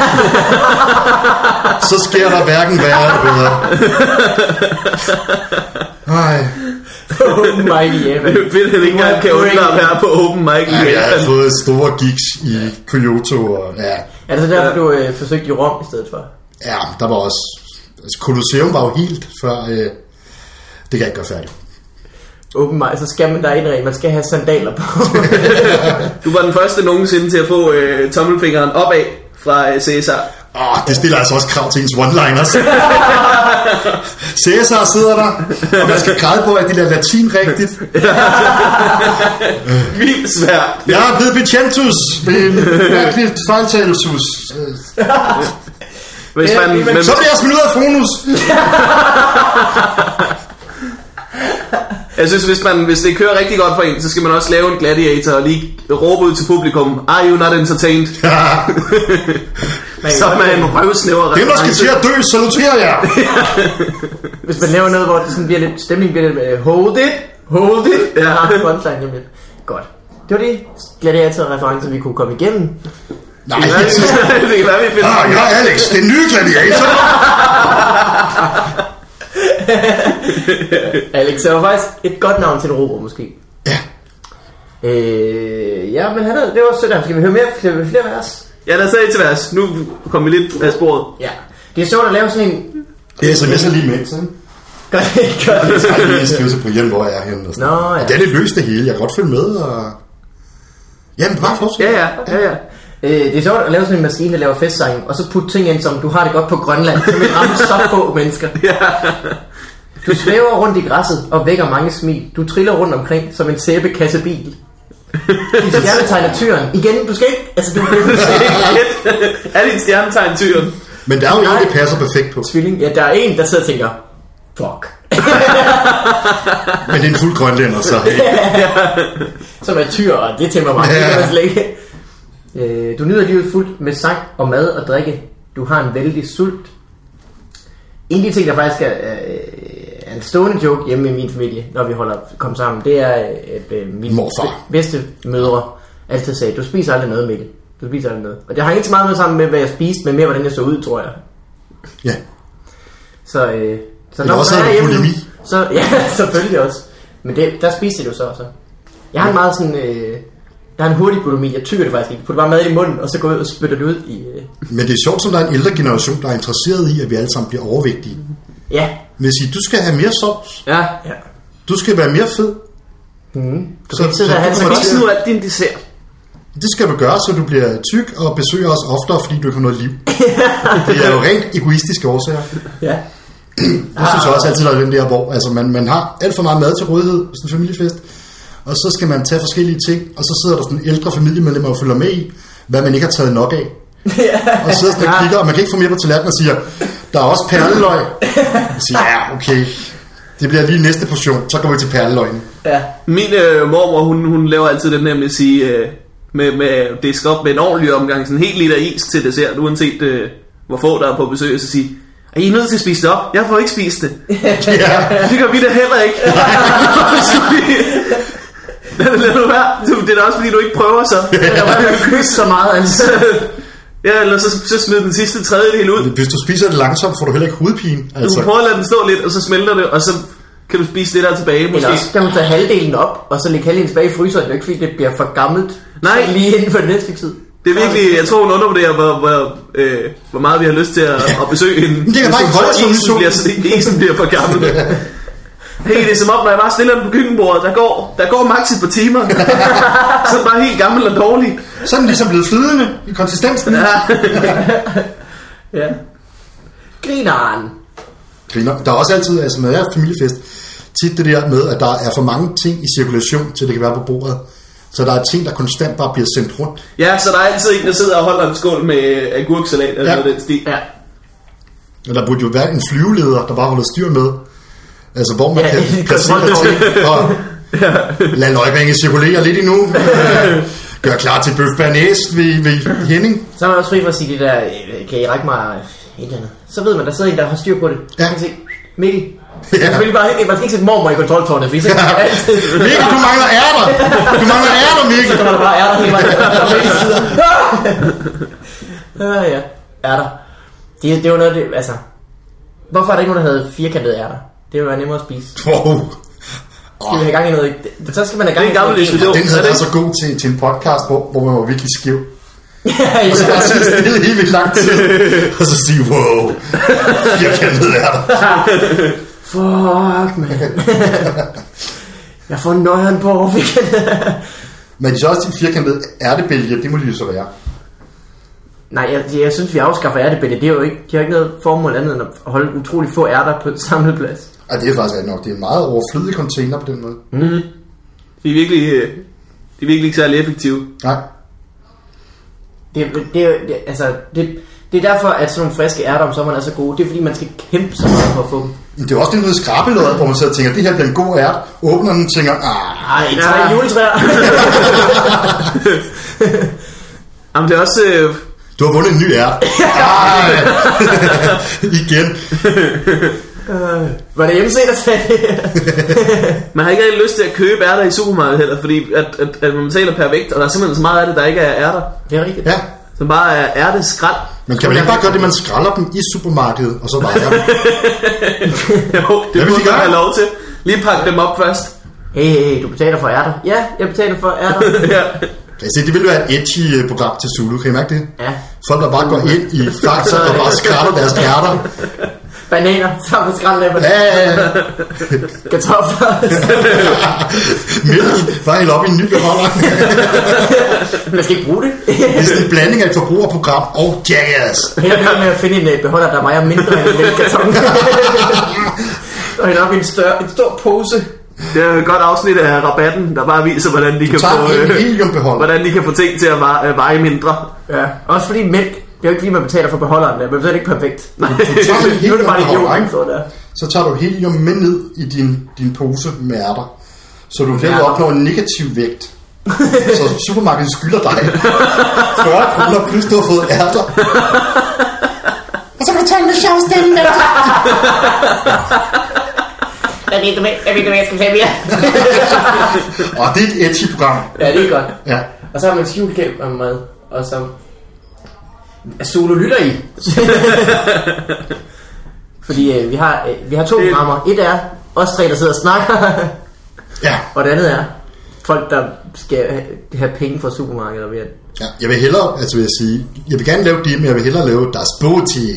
Speaker 3: Så sker der hverken værre eller bedre. Nej.
Speaker 1: Open mic i Japan.
Speaker 2: Fedt, at ikke engang kan undlade at være på open mic i
Speaker 3: ja,
Speaker 2: Japan.
Speaker 3: Jeg har fået store gigs i Kyoto. Og, ja.
Speaker 1: Er det så derfor, ja. du øh, forsøgte i Rom i stedet for?
Speaker 3: Ja, der var også... Altså, Colosseum var jo helt før... Øh, det kan jeg ikke gøre færdigt.
Speaker 1: Open mic, så skal man der indrede, man skal have sandaler på.
Speaker 2: Du var den første nogensinde til at få øh, tommelfingeren opad fra øh, Cæsar.
Speaker 3: Åh, oh, det stiller altså også krav til ens one-liners. Cæsar sidder der, og man skal græde på, at det der latin rigtigt.
Speaker 2: Vildt svært.
Speaker 3: Jeg er blevet Vicentus. Det er en virkelig fejltagelsus.
Speaker 2: Hvis man,
Speaker 3: men,
Speaker 2: men,
Speaker 3: så bliver jeg smidt ud af Fonus.
Speaker 2: Jeg synes, hvis, man, hvis det kører rigtig godt for en, så skal man også lave en gladiator og lige råbe ud til publikum, are you not entertained? Så er man en røvsnæver.
Speaker 3: Dem, der skal til at dø, saluterer jeg.
Speaker 1: Hvis man laver noget, hvor det sådan bliver lidt, stemningen bliver lidt med, hold it, hold it. Ja, punchline lidt. Godt. Det var det gladiator-reference, vi kunne komme igennem.
Speaker 3: Nej,
Speaker 2: det kan være, vi finder.
Speaker 3: Ah, jeg er Alex, den nye gladiator.
Speaker 1: Alex er jo faktisk et godt navn til en roer måske.
Speaker 3: Ja.
Speaker 1: Øh, ja, men han havde, det var sødt. Skal vi høre mere flere, flere vers?
Speaker 2: Ja, lad os tage til vers. Nu kommer vi lidt af sporet.
Speaker 1: Ja. Det er sjovt at lave sådan en...
Speaker 3: Det er så næsten lige med, sådan.
Speaker 1: Gør det, gør det.
Speaker 3: Jeg skal lige skrive sig på hjem, hvor jeg er henne. Og
Speaker 1: Nå, ja.
Speaker 3: Og det er lidt løst det hele. Jeg kan godt følge med. Og... Jamen, bare fortsæt.
Speaker 1: Ja, ja, ja, ja. Øh, det er sjovt at lave sådan en maskine, der laver festsange, og så putte ting ind, som du har det godt på Grønland, som vil ramme så få mennesker.
Speaker 2: Ja.
Speaker 1: Du svæver rundt i græsset og vækker mange smil. Du triller rundt omkring som en sæbekassebil. Din stjernetegn er tyren. Igen, du skal ikke... Altså, du
Speaker 2: er din stjernetegn tyren?
Speaker 3: Men der er jo en, det passer perfekt på.
Speaker 1: Tvilling. Ja, der er en, der sidder og tænker, fuck.
Speaker 3: Men det er en fuld grønlænder, så...
Speaker 1: Ja. Som er tyr, og det tænker mig. Ja. Det kan man slet ikke. Øh, du nyder livet fuldt med sang og mad og drikke. Du har en vældig sult. En af de ting, der faktisk er, er en stående joke hjemme i min familie, når vi holder kom sammen, det er, at min
Speaker 3: morfar,
Speaker 1: bedste mødre altid sagde, du spiser aldrig noget, Mikkel. Du spiser aldrig noget. Og det har ikke så meget med sammen med, hvad jeg spiste, men mere, hvordan jeg så ud, tror jeg.
Speaker 3: Ja.
Speaker 1: Så øh, Så
Speaker 3: Eller
Speaker 1: når
Speaker 3: også
Speaker 1: man er
Speaker 3: havde du
Speaker 1: hjemme,
Speaker 3: bulimi.
Speaker 1: så, ja, selvfølgelig også. Men det, der spiser det jo så også. Jeg har en meget sådan... Øh, der er en hurtig bulimi. Jeg tykker det faktisk ikke. Putter bare mad i munden, og så går jeg ud og spytter det ud i... Øh...
Speaker 3: Men det er sjovt, som der er en ældre generation, der er interesseret i, at vi alle sammen bliver overvægtige.
Speaker 1: Ja.
Speaker 3: Det vil sige, du skal have mere sovs.
Speaker 2: Ja.
Speaker 1: Ja.
Speaker 3: Du skal være mere fed.
Speaker 1: Mm.
Speaker 3: Så,
Speaker 1: Så, så,
Speaker 3: så,
Speaker 1: han
Speaker 3: så,
Speaker 1: så
Speaker 2: Spis nu alt din dessert.
Speaker 3: det skal du gøre, så du bliver tyk og besøger os oftere, fordi du ikke har noget liv. Det er jo rent egoistiske årsager.
Speaker 1: Ja.
Speaker 3: Jeg synes også altid, der er den der, hvor altså, man, man har alt for meget mad til rådighed på sådan en familiefest, og så skal man tage forskellige ting, og så sidder der sådan ældre familiemedlemmer og følger med i, hvad man ikke har taget nok af. Og sidder sådan og kigger, og man kan ikke få mere på tallerkenen og siger, der er også perleløg. Og siger, ja, okay, det bliver lige næste portion, så går vi til perleløgene.
Speaker 1: Ja.
Speaker 2: Min øh, mormor, hun, hun laver altid den der med at sige, øh, med, med disk op med en ordentlig omgang, sådan en helt liter is til dessert, uanset øh, hvor få der er på besøg, og så sige, er I nødt til at spise det op? Jeg får ikke spist det.
Speaker 3: Ja.
Speaker 2: Det gør vi da heller ikke. lad, lad nu være. Det er da også fordi, du ikke prøver så.
Speaker 1: Jeg var ikke kysse så meget, altså.
Speaker 2: Ja, eller så, så smid den sidste tredjedel ud.
Speaker 3: Hvis du spiser det langsomt, får du heller ikke hovedpine.
Speaker 2: Du
Speaker 3: Altså.
Speaker 2: kan prøve at lade den stå lidt, og så smelter det, og så kan du spise det der tilbage, måske.
Speaker 1: Eller også kan hun tage halvdelen op, og så lægge halvdelen tilbage i fryseren. Det er jo ikke fordi, det bliver for gammelt.
Speaker 2: Nej.
Speaker 1: Lige inden for den næste tid.
Speaker 2: Det er virkelig, jeg tror hun undervurderer, hvor, hvor, øh, hvor meget vi har lyst til at, at besøge en.
Speaker 3: Det kan bare ikke holde sig ude i
Speaker 2: isen
Speaker 3: solen.
Speaker 2: bliver, så isen bliver for gammel. Hey, det er som om, når jeg bare stiller den på køkkenbordet, der går, der går maks et par timer. Så er den bare helt gammel og dårlig.
Speaker 3: Så er den ligesom blevet flydende i konsistensen.
Speaker 2: Ja.
Speaker 1: Ja. Grineren.
Speaker 3: Griner. Der er også altid, altså når jeg er familiefest, tit det der med, at der er for mange ting i cirkulation, til det kan være på bordet. Så der er ting, der konstant bare bliver sendt rundt.
Speaker 2: Ja, så der er altid en, der sidder og holder en skål med agurksalat eller
Speaker 3: Ja.
Speaker 2: noget den stil.
Speaker 1: Ja.
Speaker 3: Og der burde jo være en flyveleder, der bare holder styr med. Altså hvor man
Speaker 1: Ja,
Speaker 3: kan
Speaker 1: i
Speaker 3: placere
Speaker 1: kontrol.
Speaker 3: ting. Og lad løgbange cirkulere lidt endnu. Øh, Gør klar til bøf bearnaise ved, ved Henning.
Speaker 1: Så er man også fri for at sige det der, øh, kan I række mig et eller andet. Så ved man, der sidder en, der har styr på det.
Speaker 3: Ja.
Speaker 1: Man kan se, Mikkel.
Speaker 3: Ja.
Speaker 1: Ja. Man, bare, man skal ikke sætte mormor i kontroltårnet, fordi så kan man altid...
Speaker 3: Mikkel, du mangler ærter. Du mangler ærter, Mikkel.
Speaker 1: Så kan der bare ærter hele vejen. Og Mikkel sidder. Ja, ja. Ærter. Det, det er jo noget, det, altså... Hvorfor er der ikke nogen, der havde firkantede ærter? Det ville være nemmere at spise.
Speaker 3: Wow.
Speaker 1: Skal vi have gang i noget? Så skal man have gang i
Speaker 2: Det er en gammel
Speaker 1: noget.
Speaker 2: diskussion.
Speaker 3: Den havde været så god til, til en podcast, hvor, hvor man var virkelig skæv.
Speaker 1: Ja,
Speaker 3: Og så
Speaker 1: ja.
Speaker 3: bare sidde stille helt vildt lang tid. Og så sige, wow, firkantede ærter.
Speaker 1: Fuck, man. Jeg får nøjeren på overfirkantet.
Speaker 3: Men de så også de firkantede ærtebælge, det må de jo så være.
Speaker 1: Nej, jeg, jeg synes, vi afskaffer ærtebælge. Det er jo ikke, de har ikke noget formål andet end at holde utrolig få ærter på et samlet plads.
Speaker 3: Ej, det er faktisk rigtig nok. Det er en meget overflødig container på den måde.
Speaker 2: Mm. De er virkelig, øh, de er virkelig ikke særlig effektive.
Speaker 3: Nej.
Speaker 1: Det, det, er- det, altså, det, det er derfor, at sådan nogle friske ærter om sommeren er så gode. Det er fordi, man skal kæmpe så meget for at få dem.
Speaker 3: Men det er også den noget skrabelåd, hvor man sidder og tænker, det her bliver en god ært. Åbner den og tænker, ah,
Speaker 1: Ej, tager en juletræer.
Speaker 2: Jamen det er også... Øh,
Speaker 3: du har vundet en ny ært. Ej. Igen.
Speaker 1: øh, var det hjemmese, der sagde det?
Speaker 2: man har ikke rigtig lyst til at købe ærter i supermarkedet heller, fordi at, at, at man betaler per vægt, og der er simpelthen så meget af det, der ikke er ærter.
Speaker 1: Det er rigtigt.
Speaker 3: Ja.
Speaker 2: Som bare er ærteskrald.
Speaker 3: Men kan man ikke bare gøre det, man skralder dem i supermarkedet, og så vejer dem?
Speaker 2: Jo, det
Speaker 3: Hvad vil
Speaker 2: burde
Speaker 3: de
Speaker 2: man
Speaker 3: gøre?
Speaker 2: have lov til. Lige pakke dem op først.
Speaker 1: Hey, hey, hey, du betaler for ærter. Ja, jeg betaler for ærter.
Speaker 2: Ja.
Speaker 3: Altså, det ville være et edgy program til Zulu, kan I mærke det?
Speaker 1: Ja.
Speaker 3: Folk, der bare går ind i Fakta og bare skratter deres ærter.
Speaker 1: Bananer, sammen med skraldlæberne.
Speaker 3: Ja, ja, ja.
Speaker 1: Kartofler.
Speaker 3: Mælk, bare helt op i en ny beholder.
Speaker 1: Man skal ikke bruge det.
Speaker 3: Det er sådan en blanding af et forbrugerprogram og Jackass.
Speaker 1: Heller ikke med at finde en øh, beholder, der vejer mindre end en mælkekarton. Og hælder op i en, større, en stor pose.
Speaker 2: Det er et godt afsnit af Rabatten, der bare viser, hvordan de,
Speaker 3: Du
Speaker 2: kan
Speaker 3: tager
Speaker 2: få,
Speaker 3: en
Speaker 2: øh,
Speaker 3: heliumbeholder.
Speaker 2: hvordan de kan få ting til at veje, øh, veje mindre.
Speaker 1: Ja. Også fordi mælk, det er jo ikke fordi, man betaler for beholderen der. Man betaler ikke perfekt.
Speaker 3: Du tager en
Speaker 1: Nu er det bare en
Speaker 3: heliumbeholder,
Speaker 1: idiot,
Speaker 3: ikke?
Speaker 1: så der.
Speaker 3: Så tager du helium med ned i din, din pose med ærter. Så du kan
Speaker 1: Ja.
Speaker 3: opnå en negativ vægt. Så supermarkedet skylder dig fyrre kroner plus du har fået ærter. Og så kan du tage en med sjov stemme med.
Speaker 1: Jeg ved du med, jeg ved du med, jeg skal tage mere.
Speaker 3: Og det er et edgy program.
Speaker 1: Ja, det er godt.
Speaker 3: Ja.
Speaker 1: Og så har man skjulkæb om mad. Og så... Zulu lytter I. Fordi øh, vi, har, øh, vi har to det... programmer. Et er os tre, der sidder og snakker.
Speaker 3: Ja.
Speaker 1: Og det andet er folk, der skal have penge fra supermarkedet. Og
Speaker 3: ja, jeg vil hellere, altså vil jeg sige, jeg vil gerne lave de, men jeg vil hellere lave deres booty.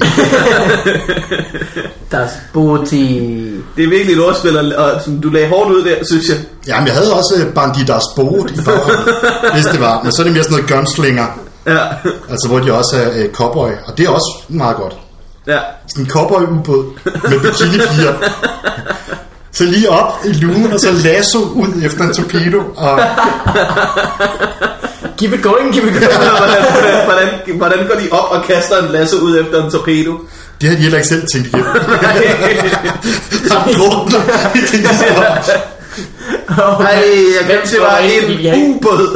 Speaker 1: Deres booty.
Speaker 2: Det er virkelig et ordspil, og som du lagde hårdt ud der, synes jeg.
Speaker 3: Jamen, jeg havde også Bandit deres boot i baren, hvis det var. Men så er det mere sådan noget gunslinger.
Speaker 2: Ja.
Speaker 3: Altså, hvor de også er uh, cowboy. Og det er også meget godt.
Speaker 2: Ja. Sådan
Speaker 3: en cowboy-ubåd med bikini-piger. Så lige op i lugen, og så lasso ud efter en torpedo. Og...
Speaker 1: Keep it going, keep it going.
Speaker 2: hvordan, hvordan, hvordan går de op og kaster en lasso ud efter en torpedo?
Speaker 3: Det har de heller ikke selv tænkt igennem. Han drukner i det her.
Speaker 2: Nej, jeg glemte, det var en ubåd.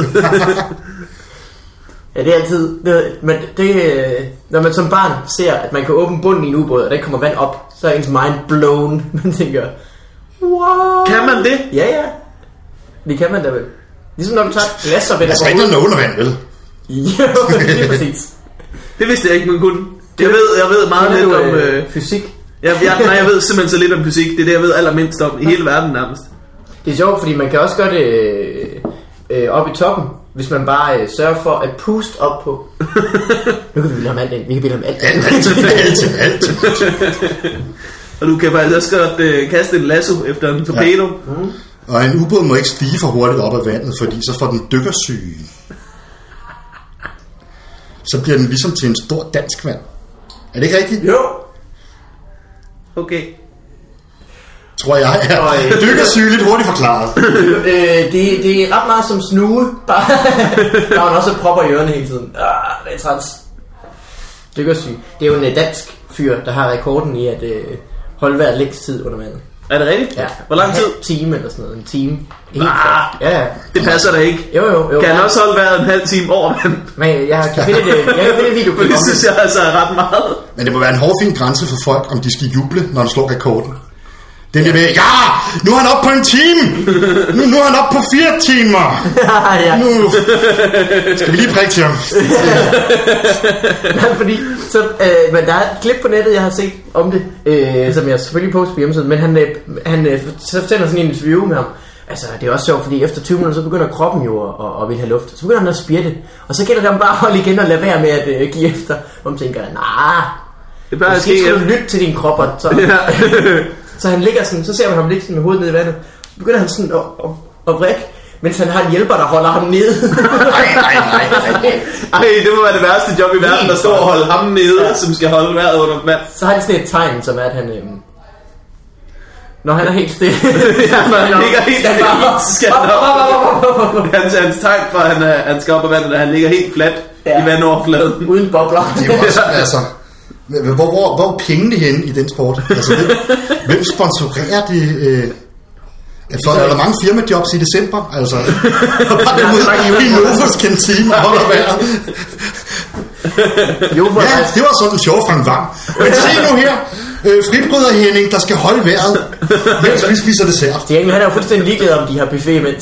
Speaker 1: Ja, det er altid det, men det, når man som barn ser, at man kan åbne bunden i en ubåd, og der kommer vand op, så er ens mind blown. Man tænker, wow.
Speaker 2: Kan man det?
Speaker 1: Ja, ja. Det kan man da vel. Ligesom når du tager et glas og vender
Speaker 3: på hovedet. Altså ikke noget under vand, vel?
Speaker 1: Jo, det er præcis.
Speaker 2: Det vidste jeg ikke, man kunne. Jeg ved, jeg ved meget lidt om øh,
Speaker 1: fysik.
Speaker 2: Ja, jeg, nej, jeg ved simpelthen så lidt om fysik. Det er det, jeg ved allermindst om i hele verden nærmest.
Speaker 1: Det er sjovt, fordi man kan også gøre det øh, op i toppen, hvis man bare øh, sørger for at puste op på. Nu kan vi bilde ham alt ind. Vi kan bilde ham alt
Speaker 3: ind. Alt, alt, alt.
Speaker 2: Og du kan faktisk også godt øh, kaste en lasso efter en torpedo. Ja.
Speaker 3: Mm. Og en ubåd må ikke stige for hurtigt op af vandet, fordi så får den dykkersyge. Så bliver den ligesom til en stor dansk vand. Er det ikke rigtigt?
Speaker 1: Jo.
Speaker 2: Okay.
Speaker 3: Tror jeg er dykkersyge lidt hurtigt forklaret.
Speaker 1: øh, det, det er ret meget som snue. Bare der er også propper i ørerne hele tiden. Ah, det er træls. Dykkersyge. Det er jo en dansk fyr, der har rekorden i at øh, holde vejret længst tid under vandet.
Speaker 2: Er det rigtigt?
Speaker 1: Ja.
Speaker 2: Hvor lang tid?
Speaker 1: En time eller sådan noget. En time.
Speaker 2: Ah,
Speaker 1: ja, ja.
Speaker 2: Det passer da ikke.
Speaker 1: Jo, jo, jo.
Speaker 2: Kan han også holde vejret en halv time over vand?
Speaker 1: Men jeg kan finde det. Jeg kan finde video på det.
Speaker 2: Det synes jeg altså er ret meget.
Speaker 3: Men det må være en hårfin grænse for folk, om de skal juble, når han slår rekorden. Det er det med, ja, nu er han oppe på en time. Nu, nu er han oppe på fire timer.
Speaker 1: Ja.
Speaker 3: Nu skal vi lige prikke til ham.
Speaker 1: Nej, fordi så, øh, men der er et klip på nettet, jeg har set om det, øh, som jeg selvfølgelig poster på hjemmesiden, men han, øh, han øh, så fortæller sådan en interview med ham. Altså, det er også sjovt, fordi efter tyve minutter, så begynder kroppen jo at, at, at ville have luft. Så begynder han at spjætte, og så gælder det om bare at holde igen og lade være med at øh, give efter. Og man tænker, nej,
Speaker 2: det bør
Speaker 1: måske skal du lytte til din krop, og så... Ja. Så han ligger sådan, så ser man ham ligge sådan med hovedet ned i vandet. Så begynder han sådan at, at, at vrikke, mens han har en hjælper, der holder ham nede.
Speaker 3: Nej, nej, nej, nej.
Speaker 2: Ej, det må være det værste job i verden, der står og holde ham nede, ja. Som skal holde vejret under vand.
Speaker 1: Så har de sådan et tegn, som er, at han... Øhm, når han er helt stille.
Speaker 2: Ja, når han ligger helt stille, så skal han op. Hans, hans tegn for, at han, han skal op på vandet, at han ligger helt flat ja. I vandoverfladen.
Speaker 1: Uden bobler.
Speaker 3: Det er jo også, altså... Hvor, hvor, hvor er pengene henne i den sport? Altså, hvem, hvem sponsorerer de? Øh, for, er der mange firmajobs i december? Altså, bare dem ud i Novos kantine og holder vejret. Ja, det var sådan en sjov Frank Vam. Men se nu her, øh, fribryder Henning, der skal holde vejret, mens vi spiser dessert.
Speaker 1: Det er egentlig, han er jo fuldstændig ligeglad, om de har buffet imens.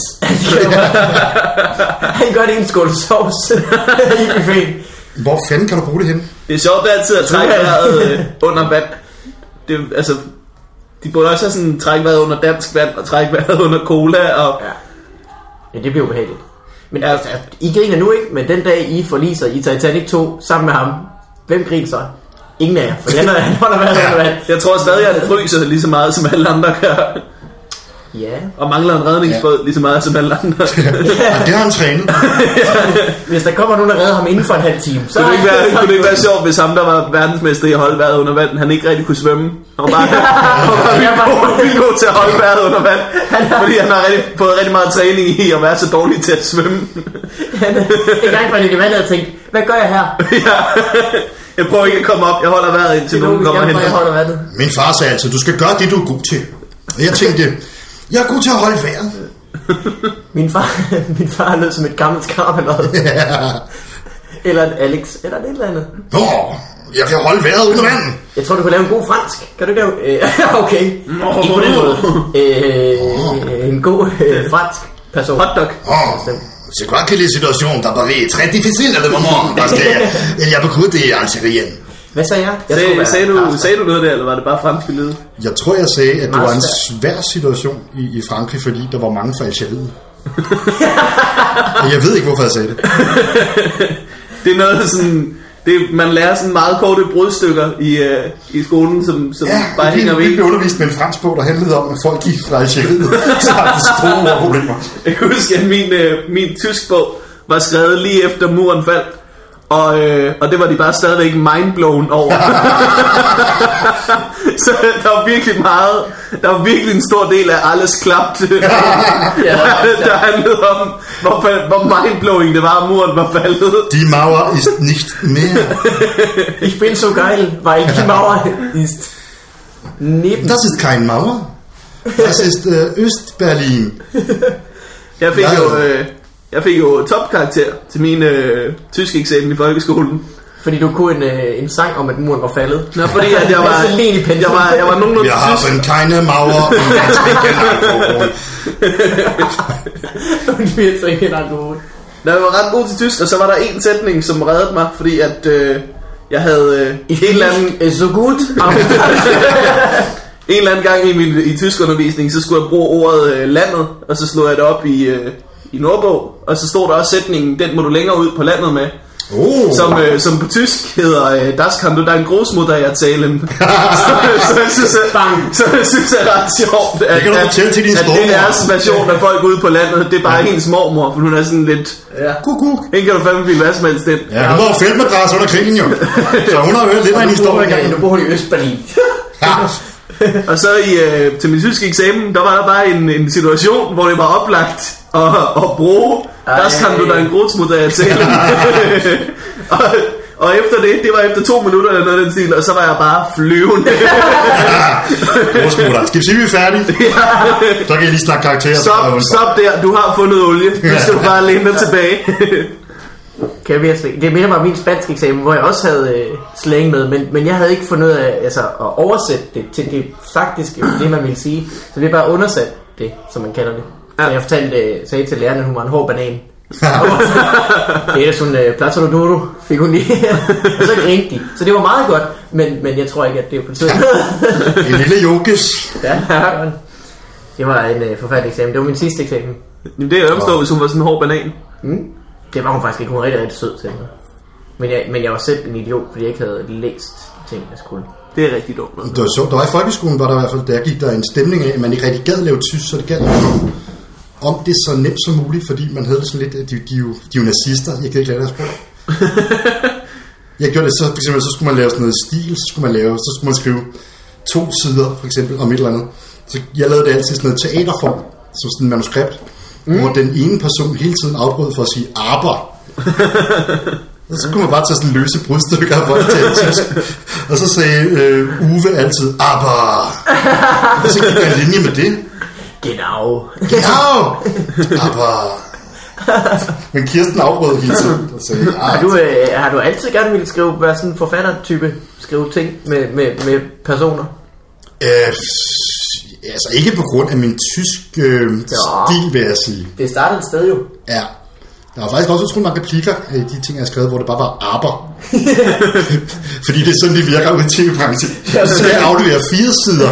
Speaker 1: Han gør det i en skål sovs i buffeten.
Speaker 3: Hvor fanden kan du bruge det hen?
Speaker 2: Det er sjovt, at altid at trække vejret øh, under vand. Det, altså, de burde også have sådan trække vejret under dansk vand og trække vejret under cola. Og...
Speaker 1: Ja. Ja, det bliver ubehageligt. Men altså, I griner nu ikke, men den dag I forliser i Titanic to sammen med ham, hvem griner så? Ingen af jer, for han, han holder vejret under vand.
Speaker 2: Jeg tror stadig, at han fryser lige så meget, som alle andre gør.
Speaker 1: Ja.
Speaker 2: Og mangler en redningsbåd ja. Lige så meget som alle andre.
Speaker 3: Ja. Ja, det har han trænet.
Speaker 1: Hvis der kommer nogen, der redder ham inden for en halv time, så
Speaker 2: kunne det ikke være, kunne det ikke være sjovt, hvis ham, der var verdensmester i at holde vejret under vand, han ikke rigtig kunne svømme. Han var bare, bare vildt god til at holde vejret under vand, fordi han har rigtig, fået rigtig meget træning i at være så dårlig til at svømme.
Speaker 1: En gang for i vandet og tænkte, hvad gør jeg her?
Speaker 2: Ja. Jeg prøver ikke at komme op, jeg holder vejret indtil nogen kommer hen.
Speaker 3: Min far sagde altid, du skal gøre det, du er god til. Og jeg tænkte, jeg er god til at holde vejret.
Speaker 1: Min far, min far lød som et gammelt skrab eller noget.
Speaker 3: Ja.
Speaker 1: Eller et Alex, eller et eller andet.
Speaker 3: Nå, jeg kan holde vejret under vandet.
Speaker 1: Jeg tror, du kan lave en god fransk. Kan du ikke lave... Øh, okay.
Speaker 2: Nå,
Speaker 1: ikke på den måde. Øh, en god øh, fransk person.
Speaker 2: Hotdog.
Speaker 3: Oh. C'est quoi que les situations t'apparaissent très difficiles à le moment parce qu'il y a beaucoup d'Algériens.
Speaker 1: Hvad sagde jeg? jeg
Speaker 2: sagde, sagde, du, sagde du noget der, eller var det bare franske lyde?
Speaker 3: Jeg tror, jeg sagde, at det var en svær situation i, i Frankrig, fordi der var mange fra Algeriet. Jeg ved ikke, hvorfor jeg sagde det.
Speaker 2: Det er noget sådan... Det, man lærer sådan meget korte brudstykker i, uh, i skolen, som, som
Speaker 3: ja,
Speaker 2: bare hænger ved.
Speaker 3: Ja, vi blev undervist med en fransk bog, der handlede om, at folk gik fra Algeriet, så har det store problemer.
Speaker 2: Jeg husker, at min, uh, min tysk bog var skrevet lige efter muren faldt, og, øh, og det var de bare stadigvæk mindblown over. Så der var virkelig meget, der var virkelig en stor del af alles klapt, ja, der handlede om, hvor, hvor mindblowing det var, at muren var faldet.
Speaker 3: Die Mauer ist nicht mehr.
Speaker 1: Ich bin so geil, weil die Mauer ist neben.
Speaker 3: Das ist kein Mauer. Das ist äh, Østberlin.
Speaker 2: Jeg fik ja. jo... Øh, Jeg fik jo topkarakter til min øh, tysk eksamen i folkeskolen.
Speaker 1: Fordi du kunne en, øh, en sang om, at muren var faldet.
Speaker 2: Nå, fordi at jeg var... jeg var, jeg var nogenlunde
Speaker 3: tysk. Vi har sådan keine Mauer.
Speaker 1: Vi har trinket alkohol.
Speaker 2: Jeg var ret god til tysk, og så var der en sætning, som reddede mig, fordi at øh, jeg havde øh, en eller anden...
Speaker 1: Så godt.
Speaker 2: En eller anden gang i min i tyskundervisning, så skulle jeg bruge ordet øh, landet, og så slog jeg det op i... Øh, i Nordbog, og så stod der også sætningen, den må du længere ud på landet med, oh. som, øh, som på tysk hedder, øh, das kann du dein Großmutter erzählen. så, så, jeg synes, at, så jeg synes, det er ret sjovt, at,
Speaker 3: det at,
Speaker 2: at, at det er deres version af folk ude på landet, det er bare ja. hendes mormor, for hun er sådan lidt,
Speaker 3: ja. Kuk-kuk.
Speaker 2: Hende kan du fandme bilde hvad som helst den.
Speaker 3: Ja, hun var jo feltmadras under krigen jo, så hun har hørt lidt af en historie.
Speaker 1: Nu bor hun i Østberlin.
Speaker 3: Ja.
Speaker 2: Og så i, øh, til min tyske eksamen, der var der bare en, en situation, hvor det var oplagt at, at bruge, der kan du da en Großmutter erzählen. og, og efter det, det var efter to minutter eller noget af den stil, og så var jeg bare flyvende.
Speaker 3: Großmutter, skal vi sige, vi er færdige? Så kan jeg lige snakke karakterer.
Speaker 2: Stop, stop der, du har fundet olie. Nu skal du bare læne dig tilbage.
Speaker 1: Kan jeg virkelig? Det minder mig om min spansk eksamen, hvor jeg også havde øh, slang med, men, men jeg havde ikke fundet af altså, at oversætte det til det faktiske, det man ville sige. Så vi har bare undersat det, som man kalder det. Ja. Så jeg fortalte, øh, sagde til lærerne, at hun var en hård banan. Det er sådan, øh, plads du duro, fik hun lige. Og så grinte de. Så det var meget godt, men, men jeg tror ikke, at det var betydet noget.
Speaker 3: En lille jokes.
Speaker 1: Ja, det var en øh, forfærdelig eksamen. Det var min sidste eksamen.
Speaker 2: Jamen det er jo omstået, hvis hun var sådan en hård banan.
Speaker 1: Mm. Det var hun faktisk ikke. Hun var rigtig, rigtig sød til mig. Men jeg, men jeg var selv en idiot, fordi jeg ikke havde læst ting, jeg skulle.
Speaker 2: Det er rigtig dumt.
Speaker 3: Det var så, der var i folkeskolen, var der i hvert fald, der gik der en stemning af, at man ikke rigtig gad lave tysk, så det gad om det så nemt som muligt, fordi man havde det sådan lidt, at de, de, de, de er jo nazister, jeg kan ikke lære deres sprog. Jeg gjorde det så, for eksempel, så skulle man lave sådan noget stil, så skulle man lave, så skulle man skrive to sider, for eksempel, om et eller andet. Så jeg lavede det altid sådan noget teaterform, som sådan en manuskript, mm. hvor den ene person hele tiden afbrød for at sige aber. Og så kunne man bare tage sådan løse brudstykker for at tale tysk. Og så sagde øh, Uwe altid aber. Og så gik der en linje med det.
Speaker 1: Genau.
Speaker 3: Genau. Aber. Men Kirsten afbrød hele tiden og sagde,
Speaker 1: har, du, øh, har du altid gerne ville skrive, være sådan en forfattertype, skrive ting med, med, med personer?
Speaker 3: Øh, altså ikke på grund af min tysk øh, stil, vil jeg sige.
Speaker 1: Det startede et sted jo.
Speaker 3: Ja. Der var faktisk også utrolig mange replikker af de ting, jeg har skrevet, hvor det bare var aber. Fordi det er sådan, det virker ud i tv-branchen. Så skal jeg aflevere fire sider.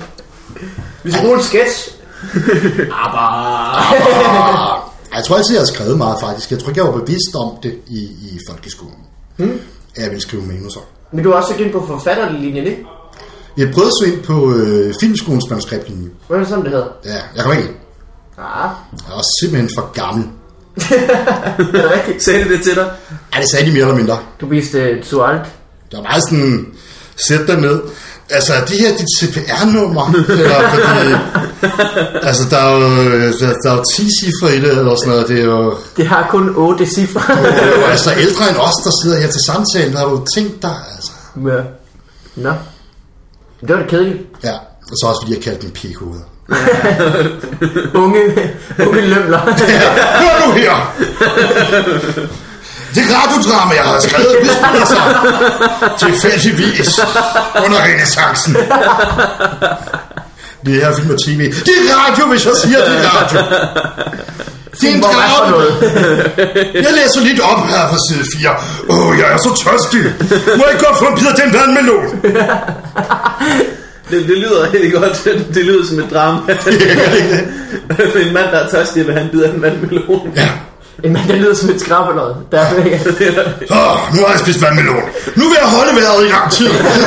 Speaker 1: Vi skal bruge en sketch. Aber.
Speaker 3: Aber. Jeg tror altid, jeg har skrevet meget faktisk. Jeg tror ikke, jeg var bevidst om det i, i folkeskolen. Hmm? At jeg ville skrive manuser.
Speaker 1: Men du har også søgt ind på forfatterlinjen, ikke?
Speaker 3: Jeg prøvede så ind på øh, filmskolens manuskriptlinje.
Speaker 1: Hvad er det sådan, det hedder?
Speaker 3: Ja, jeg kom ikke ind.
Speaker 1: Ah.
Speaker 3: Jeg var simpelthen for gammel.
Speaker 1: Det er rigtigt.
Speaker 2: Sagde de det til dig?
Speaker 3: Ja, det sagde de mere eller mindre.
Speaker 1: Du viste uh, zu alt.
Speaker 3: Der var meget sådan, sæt dig ned. Altså, de her, dit C P R-nummer, eller fordi, altså, der er jo, der, der er jo ti cifre i det, eller sådan noget, det er jo...
Speaker 1: Det har kun otte cifre.
Speaker 3: Du er jo altså ældre end os, der sidder her til samtalen, har du tænkt dig, altså.
Speaker 1: Ja. Nå. Det var det kedeligt.
Speaker 3: Ja, og så også fordi jeg kaldte den pik-hoved.
Speaker 1: unge, unge lømler.
Speaker 3: Ja, hør nu her! Det radiodrama, jeg har skrevet, udspiller sig tilfældigvis under renaissancen. Det her film og tv. Det er radio, hvis jeg siger, det er radio. Det er en skrabe. Jeg læser lidt op her fra side fire. Åh, oh, jeg er så tørstig. Må jeg godt få en bid af den vandmelon?
Speaker 2: Det, det lyder helt godt. Det lyder som et drama. En mand, der er tørstig, vil han bide af en vandmelon.
Speaker 3: Ja.
Speaker 1: En mand, der lyder som et skrabelod. Der er væk.
Speaker 3: Åh, nu har jeg spist vandmelon. Nu vil jeg holde vejret i lang tid.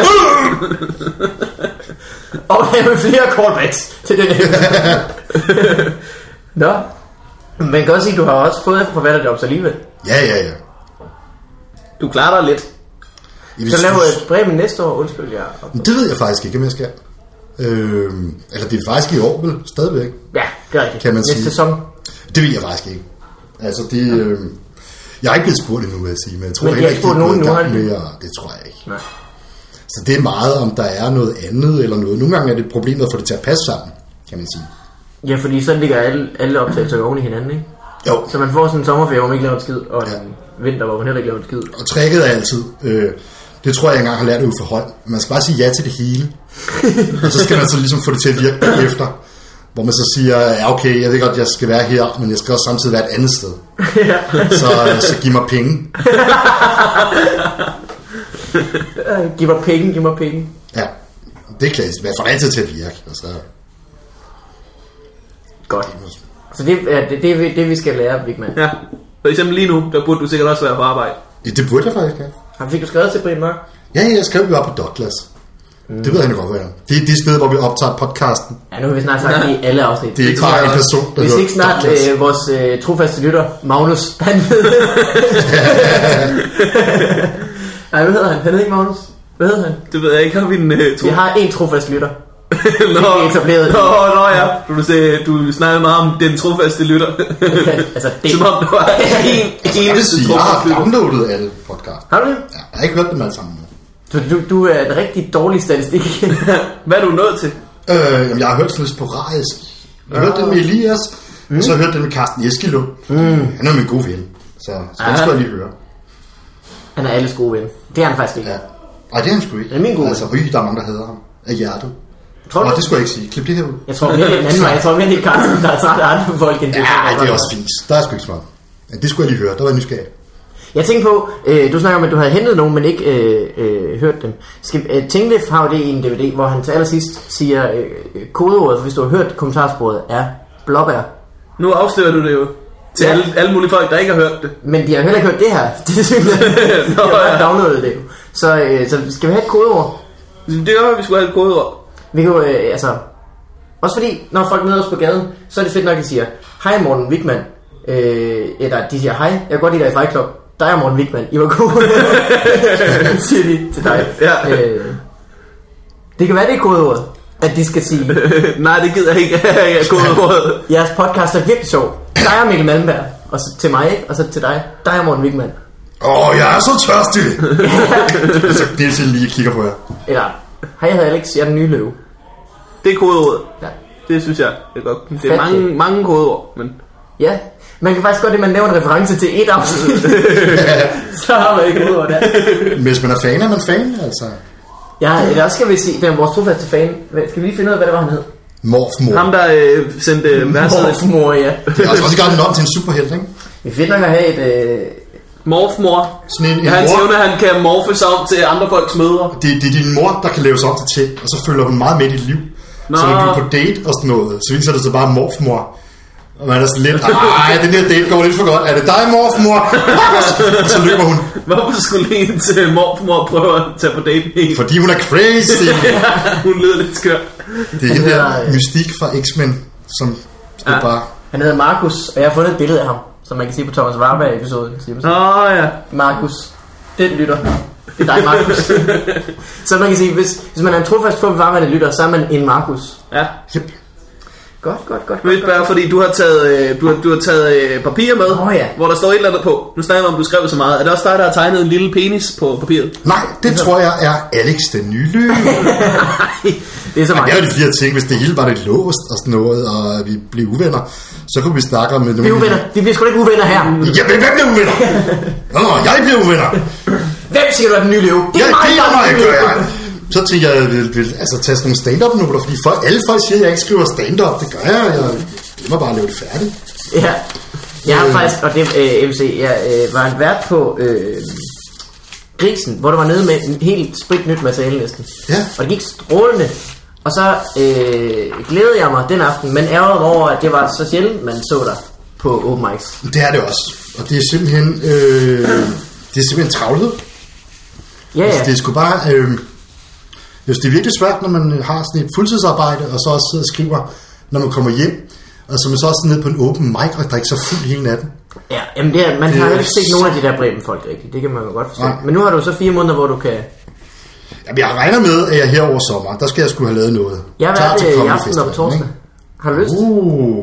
Speaker 1: Og der er flere callbacks til den her. Nå. Man kan også sige, at du har også fået forfatterjobs alligevel.
Speaker 3: Ja, ja, ja.
Speaker 2: Du klarer dig lidt.
Speaker 1: Så laver jeg et brev næste år, undskyld jer. Ja.
Speaker 3: Det ved jeg faktisk ikke, om jeg skal. Øh, eller det er faktisk i år, vel? Stadigvæk.
Speaker 1: Ja, det er rigtigt.
Speaker 3: Kan man
Speaker 1: næste
Speaker 3: sige.
Speaker 1: sæson.
Speaker 3: Det ved jeg faktisk ikke. Altså, det... Øh, jeg er ikke blevet spurgt endnu, vil jeg sige. Men jeg tror
Speaker 1: men
Speaker 3: heller ikke,
Speaker 1: de har
Speaker 3: det er gået i
Speaker 1: nu,
Speaker 3: gang med, og det tror jeg ikke.
Speaker 1: Nej.
Speaker 3: Så det er meget, om der er noget andet eller noget. Nogle gange er det et problem at få det til at passe sammen, kan man sige.
Speaker 1: Ja, fordi så ligger alle, alle optagelser oven i hinanden, ikke?
Speaker 3: Jo.
Speaker 1: Så man får sådan en sommerferie, hvor man ikke laver en skid, og en ja. vinter, hvor man heller ikke laver en skid.
Speaker 3: Og tricket er altid, øh, det tror jeg engang har lært det ud for hold. Man skal bare sige ja til det hele. Og så skal man så ligesom få det til at virke bagefter. Hvor man så siger, ja okay, jeg ved godt, jeg skal være her, men jeg skal også samtidig være et andet sted. så, så giv mig penge.
Speaker 1: Giv mig penge, giv mig penge.
Speaker 3: Ja, det er klassisk. Man får det altid til at virke. Altså.
Speaker 1: Godt. Så det er det, det, det, det, vi skal lære, Vigman.
Speaker 2: Ja. For eksempel lige nu, der burde du sikkert også være på arbejde.
Speaker 3: Ja, det burde jeg faktisk have.
Speaker 1: Har fik du skrevet til Brian Mørk?
Speaker 3: Ja, jeg skrev vi op på Douglas. Mm. Det ved han jo godt, hvad er. Det er det sted, hvor vi optager podcasten.
Speaker 1: Ja, nu har vi snart sagt det i alle afsnit.
Speaker 3: Det er ikke bare en person, der
Speaker 1: hvis ikke snart øh, vores øh, trofaste lytter, Magnus, han ved. Nej, hvad hedder han? Han hedder ikke Magnus. Hvad hedder han?
Speaker 2: Det ved jeg ikke, har vi en uh,
Speaker 1: tro... Vi har en trofast lytter.
Speaker 2: Nå,
Speaker 1: etableret.
Speaker 2: Nå, nå ja. Du, du snakkede meget om den trofaste lytter.
Speaker 1: Altså, det...
Speaker 2: Som om det var en eneste
Speaker 3: Jeg har downloadet alle podcast.
Speaker 1: Har du det?
Speaker 3: Ja, jeg har ikke hørt dem alle sammen.
Speaker 1: Du, du, du er en rigtig dårlig statistik.
Speaker 2: Hvad er du nået til?
Speaker 3: Øh, jamen, jeg har hørt sådan lidt sporadisk. Jeg har hørt det med Elias, mm. og så har jeg hørt det med Carsten Eskilund. Mm. Han er min gode ven, så, så den skal jeg lige høre.
Speaker 1: Han er alles gode ven. Det er han faktisk ikke.
Speaker 3: Ja. Ej, det er han sgu ikke.
Speaker 1: Det er min gode
Speaker 3: altså, ry, der er mange, der hader ham. Af hjertet.
Speaker 1: Tror du?
Speaker 3: Nå, det skulle jeg ikke sige. Klip det her ud.
Speaker 1: Jeg tror mere, det er den anden vej. Jeg tror mere, det er Carsten, der er træt af andre folk end det.
Speaker 3: Ja, det er også fint. Der er sgu ikke så meget. Ja, det skulle jeg lige høre. Der var jeg nysgerrig.
Speaker 1: Jeg tænkte på, øh, du snakker om, at du havde hentet nogen, men ikke øh, øh, hørt dem. Skal, øh, Tinglef har jo det i en D V D, hvor han til allersidst siger, øh, kodeordet, hvis du har hørt kommentarsporet, er blåbær.
Speaker 2: Nu afslører du det jo til ja. alle, alle mulige folk, der ikke har hørt det.
Speaker 1: Men de har jo heller ikke hørt det her. Det er simpelthen, de har bare downloadet det jo. Så, øh, så skal vi have et kodeord?
Speaker 2: Det gør, at vi skulle have et kodeord.
Speaker 1: Vi kan jo, øh, altså... Også fordi, når folk møder os på gaden, så er det fedt nok, at de siger, hej Morten Wigman. Øh, eller de siger, hej, jeg kan godt lide dig i Fight Club. Der er Morten Wigman, I var gode. siger de til dig.
Speaker 2: Ja.
Speaker 1: Øh, det kan være, det er kodeordet, at de skal sige...
Speaker 2: Nej, det gider jeg ikke. Jeg er kodeordet.
Speaker 1: Jeres podcast er virkelig sjov. Der er Mikkel Malmberg, og så til mig, ikke? Og så til dig. Der er Morten Wigman.
Speaker 3: Åh, oh, jeg er så tørstig. Så det er til lige at kigge på jer.
Speaker 1: Eller, hej, jeg hedder Alex, jeg er den nye løve.
Speaker 2: Det er kodeordet.
Speaker 1: Ja.
Speaker 2: Det synes jeg er godt. Det er mange, mange kodeord, men...
Speaker 1: Ja, man kan faktisk godt, at man laver en reference til et afsnit. Så har man ikke kodeord der.
Speaker 3: Hvis man er fan, er man fan, altså.
Speaker 1: Ja, eller også skal vi sige, det er vores trofaste fan. Skal vi lige finde ud af, hvad det var, han hed?
Speaker 3: Morfmor.
Speaker 2: Ham, der øh, sendte øh, verset.
Speaker 1: Morfmor, ja.
Speaker 3: Det er også, også godt nok til en superhelt, ikke?
Speaker 1: Vi finder nok at have et... Øh...
Speaker 2: Morfmor.
Speaker 3: Sådan en, en
Speaker 2: ja, han
Speaker 3: mor.
Speaker 2: siger, at han kan morfe sig om til andre folks mødre.
Speaker 3: Det, det er din mor, der kan lave sig om til ting, og så følger hun meget med i dit liv. Nå. Så når du er på date og sådan noget, så viser det sig bare morfmor. Og man er sådan lidt, ej, den her date går lidt for godt. Er det dig, morfmor? Og så løber hun.
Speaker 2: Hvorfor skulle en til morfmor prøve at tage på date med en?
Speaker 3: Fordi hun er crazy.
Speaker 2: Ja, hun lyder lidt skør.
Speaker 3: Det er hende der mystik fra X-Men, som skal ja. bare...
Speaker 1: Han hedder Markus, og jeg har fundet et billede af ham, som man kan se på Thomas Warberg-episoden.
Speaker 2: Åh oh, ja.
Speaker 1: Markus, den lytter. Det er dig, Markus. Så man kan sige, hvis, hvis man er en trofast på Warberg, lytter, så er man en Markus.
Speaker 2: Ja.
Speaker 3: Yep.
Speaker 1: Godt, godt, godt.
Speaker 2: godt, godt. Fordi du har taget, du har, du har taget papir med,
Speaker 1: oh, ja.
Speaker 2: hvor der står et eller andet på. Nu snakker vi om, du skrev så meget. Er det også dig, der har tegnet en lille penis på papiret?
Speaker 3: Nej, det så... tror jeg er Alex den nye løve.
Speaker 1: Det er så meget.
Speaker 3: Det er jo de flere ting, hvis det hele var lidt låst og sådan noget, og vi blev uvenner, så kunne vi snakke om...
Speaker 1: Vi er uvenner. Vi bliver sgu da ikke uvenner her.
Speaker 3: Ja, hvem bliver uvenner? Nå, jeg bliver uvenner.
Speaker 1: Hvem siger du er den nye løve?
Speaker 3: Det er mig, der er den nye løve. Så tænker jeg, at jeg vil, vil altså, tage sådan nogle stand-up-noter, fordi folk, alle folk siger, at jeg ikke skriver stand-up. Det gør jeg. Jeg glemmer bare at lave det færdigt.
Speaker 1: Ja. Jeg har faktisk, og det øh, M C, jeg øh, var en vært på øh, Grisen, hvor der var nede med en helt spritnyt materiale næsten.
Speaker 3: Ja.
Speaker 1: Og det gik strålende. Og så øh, glædede jeg mig den aften, men ærgerede mig over, at det var så sjældent, man så der på open mics.
Speaker 3: Det er det også. Og det er simpelthen, øh, det er simpelthen travlhed.
Speaker 1: Ja, ja.
Speaker 3: Altså, det er sgu bare, øh, det er virkelig svært, når man har sådan et fuldtidsarbejde, og så også sidder og skriver, når man kommer hjem. Og så er man så også nede på en open mic og drikker så fuld hele natten.
Speaker 1: Ja, jamen det er, man
Speaker 3: det
Speaker 1: har jo
Speaker 3: er
Speaker 1: ikke set nogen af de der Bremen-folk rigtigt. Det kan man jo godt forstå.
Speaker 3: Nej.
Speaker 1: Men nu har du så fire måneder, hvor du kan...
Speaker 3: Jamen, jeg regner med, at jeg her over sommer, der skal jeg skulle have lavet noget.
Speaker 1: Jeg har
Speaker 3: Klar
Speaker 1: været
Speaker 3: til
Speaker 1: det i
Speaker 3: Comedy
Speaker 1: aften og på
Speaker 3: Festival,
Speaker 1: torsdag.
Speaker 3: ikke?
Speaker 1: Har du lyst?
Speaker 3: Uh,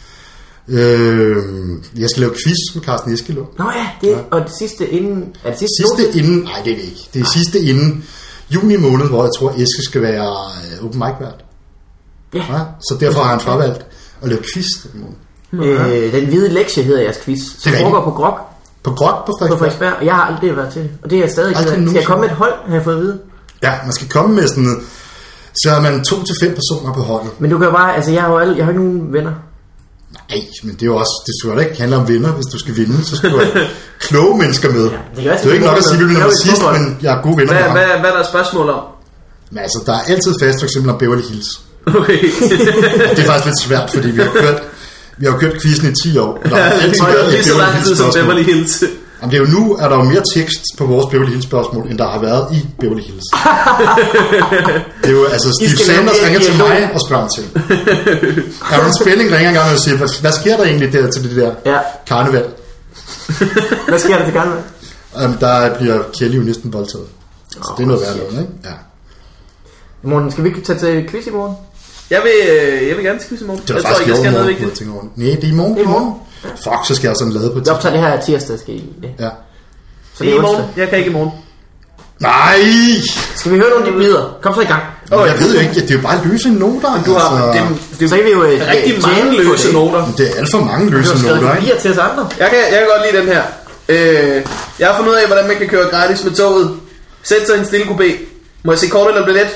Speaker 3: øh, jeg skal lave quiz med Carsten Eskelund.
Speaker 1: Nå ja, det er, og det sidste inden... Er det sidste,
Speaker 3: Sidste inden, nej det er det ikke. Det er sidste inden juni måned, hvor jeg tror, Eske skal være uh, open mic vært.
Speaker 1: Ja.
Speaker 3: Ja, så derfor har han fravalgt at lave quiz den måned.
Speaker 1: Øh, den hvide lektie hedder jeres quiz, som
Speaker 3: Det er
Speaker 1: foregår på Grok
Speaker 3: På Grok på
Speaker 1: på
Speaker 3: Frederiksberg.
Speaker 1: Frederiksberg, og jeg har aldrig været til det. Og det er jeg stadig
Speaker 3: Aldrig
Speaker 1: ked af. Skal jeg
Speaker 3: nogensinde.
Speaker 1: komme med et hold, har jeg fået at vide.
Speaker 3: Ja, man skal komme med sådan, så er man to til fem personer på holdet.
Speaker 1: Men du kan jo bare, altså jeg har jo alle, jeg har ikke nogen venner.
Speaker 3: Nej, men det er jo også, det skal da ikke handle om venner, hvis du skal vinde, så skal du have kloge mennesker med.
Speaker 1: det kan være,
Speaker 3: det er jo ikke nok at sige, at vi
Speaker 1: det er
Speaker 3: bliver
Speaker 1: jo et
Speaker 3: sidst,
Speaker 1: fodbold.
Speaker 3: men jeg har gode venner
Speaker 2: Hvad,
Speaker 3: med ham.
Speaker 2: hvad, hvad er der spørgsmål om?
Speaker 3: Men altså, der er altid fast, for eksempel om Beverly Hills.
Speaker 2: Okay.
Speaker 3: Det er faktisk lidt svært, fordi vi har kørt, vi har kørt quizzen i ti år. Og der har altid
Speaker 2: Det
Speaker 3: været
Speaker 2: er
Speaker 3: et
Speaker 2: lige så lang tid som
Speaker 3: spørgsmål.
Speaker 2: Beverly Hills.
Speaker 3: Jamen, det er jo nu, er der jo mere tekst på vores Beverly Hills spørgsmål, end der har været i Beverly Hills. Det er jo, altså, Steve
Speaker 1: skal lave
Speaker 3: Sanders
Speaker 1: mere
Speaker 3: ringer til
Speaker 1: dialog.
Speaker 3: mig og spørger om ting. Aaron Spelling ringer engang og siger, hvad, hvad sker der egentlig der til det der
Speaker 1: Ja.
Speaker 3: karneval?
Speaker 1: Hvad sker der til gang med?
Speaker 3: Um, der bliver Kelly jo næsten voldtaget. Så det er noget værd noget, ikke? Ja.
Speaker 1: Morten, skal vi ikke tage til quiz i morgen?
Speaker 2: Jeg vil, øh, jeg vil gerne skifte i morgen.
Speaker 3: Det var
Speaker 2: Jeg tror
Speaker 3: faktisk
Speaker 2: ikke, jeg
Speaker 3: i
Speaker 2: skal noget
Speaker 3: overmorgen,
Speaker 2: vigtigt.
Speaker 3: jeg tænker over det. Nej, det er i morgen.
Speaker 1: Det er i morgen.
Speaker 3: Fuck, så skal jeg sådan lade på
Speaker 1: Vi optager det her tirsdag, skal I det.
Speaker 3: Ja.
Speaker 1: Så
Speaker 2: Det er i morgen.
Speaker 1: onsdag.
Speaker 2: Jeg kan ikke i morgen.
Speaker 3: Nej!
Speaker 1: Skal vi høre nogle af de bidder? Kom så i gang.
Speaker 2: Oh,
Speaker 3: Jeg ved jo ikke, det er jo bare løse noter.
Speaker 2: Du har
Speaker 3: altså.
Speaker 2: det, det
Speaker 1: Så kan vi jo øh,
Speaker 2: er rigtig
Speaker 1: jamme
Speaker 2: mange
Speaker 1: på
Speaker 2: løse
Speaker 1: det.
Speaker 2: noter.
Speaker 3: Det er alt for mange
Speaker 1: Du
Speaker 3: løse
Speaker 1: har skrevet
Speaker 3: noter, ikke?
Speaker 1: papirer til os andre.
Speaker 2: Jeg kan, jeg kan godt lide den her. Øh, jeg har fundet ud af, hvordan man kan køre gratis med toget. Sæt sig i en stille kupé. Må jeg se kort eller billet?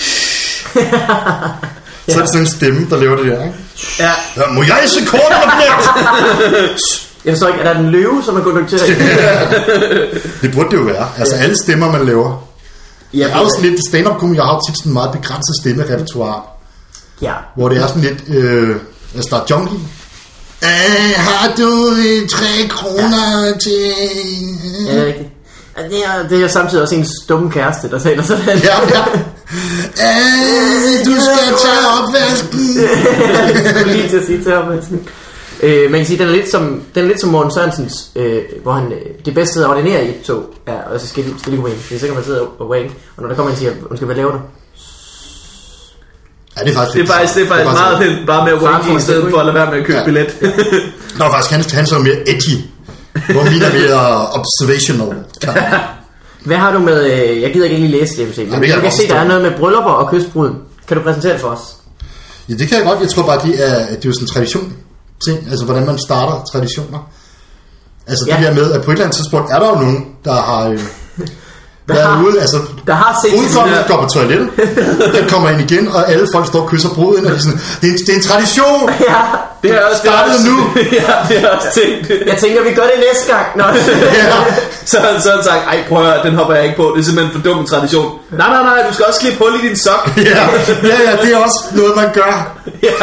Speaker 3: Så er det sådan en stemme, der laver det der, ikke?
Speaker 2: Ja.
Speaker 3: Ja, må jeg se kort eller billet?
Speaker 1: Jeg forstår ikke, er der en løve, som er konduktør i?
Speaker 3: Det burde det jo være. Altså alle stemmer, man laver. Jeg har jo sådan lidt stand-up komik, jeg har jo tit sådan en meget begrænset stemmerepertoire,
Speaker 1: Ja.
Speaker 3: hvor det er sådan lidt, øh, altså der er junkie. Øh, har du øh, tre kroner ja. til...
Speaker 1: Ja, det er rigtigt. Ja, Det er, det er samtidig også en stumme kæreste, der taler sådan.
Speaker 3: Ja, ja. Øh, du skal tage opvasken.
Speaker 1: Jeg skulle lige til at sige til ham. Øh, man kan sige, den er lidt som, den er lidt som Morten Sørensens, øh, hvor han, øh, det bedste at ordinere i et tog, er også stille stille kunne det er så kan man sidde og wank, og når der kommer en og siger, undskyld, hvad laver du?
Speaker 3: Ja, det er faktisk
Speaker 2: Det er faktisk, det er faktisk meget fedt, bare med at wanke i stedet for at lade være med at købe
Speaker 3: Ja.
Speaker 2: billet.
Speaker 3: Nå, faktisk, han, han så mere edgy, hvor mine er mere observational.
Speaker 1: Hvad har du med, øh, jeg gider ikke lige læse det, men
Speaker 3: det kan
Speaker 1: du
Speaker 3: jeg
Speaker 1: kan
Speaker 3: godt
Speaker 1: se, der
Speaker 3: forstå.
Speaker 1: er noget med bryllupper og kystbruden. Kan du præsentere det for os?
Speaker 3: Ja, det kan jeg godt. Jeg tror bare, det er, det er jo sådan en tradition ting, altså hvordan man starter traditioner. Altså
Speaker 1: Ja.
Speaker 3: det der med, at på et eller andet tidspunkt er der jo nogen, der har øh,
Speaker 1: Der
Speaker 3: været
Speaker 1: har-
Speaker 3: ude, altså
Speaker 1: Der har set
Speaker 3: udkommet
Speaker 2: Ja.
Speaker 3: går på toilettet, den kommer ind igen, og alle folk står og kysser bruden, og det er sådan, det er en, det er en tradition!
Speaker 1: Ja,
Speaker 2: Det er også, det er
Speaker 3: Startede
Speaker 2: også,
Speaker 3: nu.
Speaker 2: ja, det er også tænkt.
Speaker 1: jeg tænker, vi gør det næste gang. Nå.
Speaker 3: Ja.
Speaker 2: Så, så har han sagt, ej prøv at høre, den hopper jeg ikke på. Det er simpelthen for dum en tradition. Nej, nej, nej, du skal også klippe hul i din sok.
Speaker 3: Ja, ja, ja, det er også noget, man gør.
Speaker 2: Ja.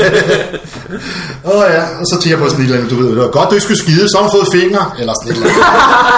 Speaker 3: Åh oh, ja, og så tænker jeg på sådan et eller andet, du ved, det var godt, du ikke skulle skide, så har du fået fingre, eller sådan et eller andet.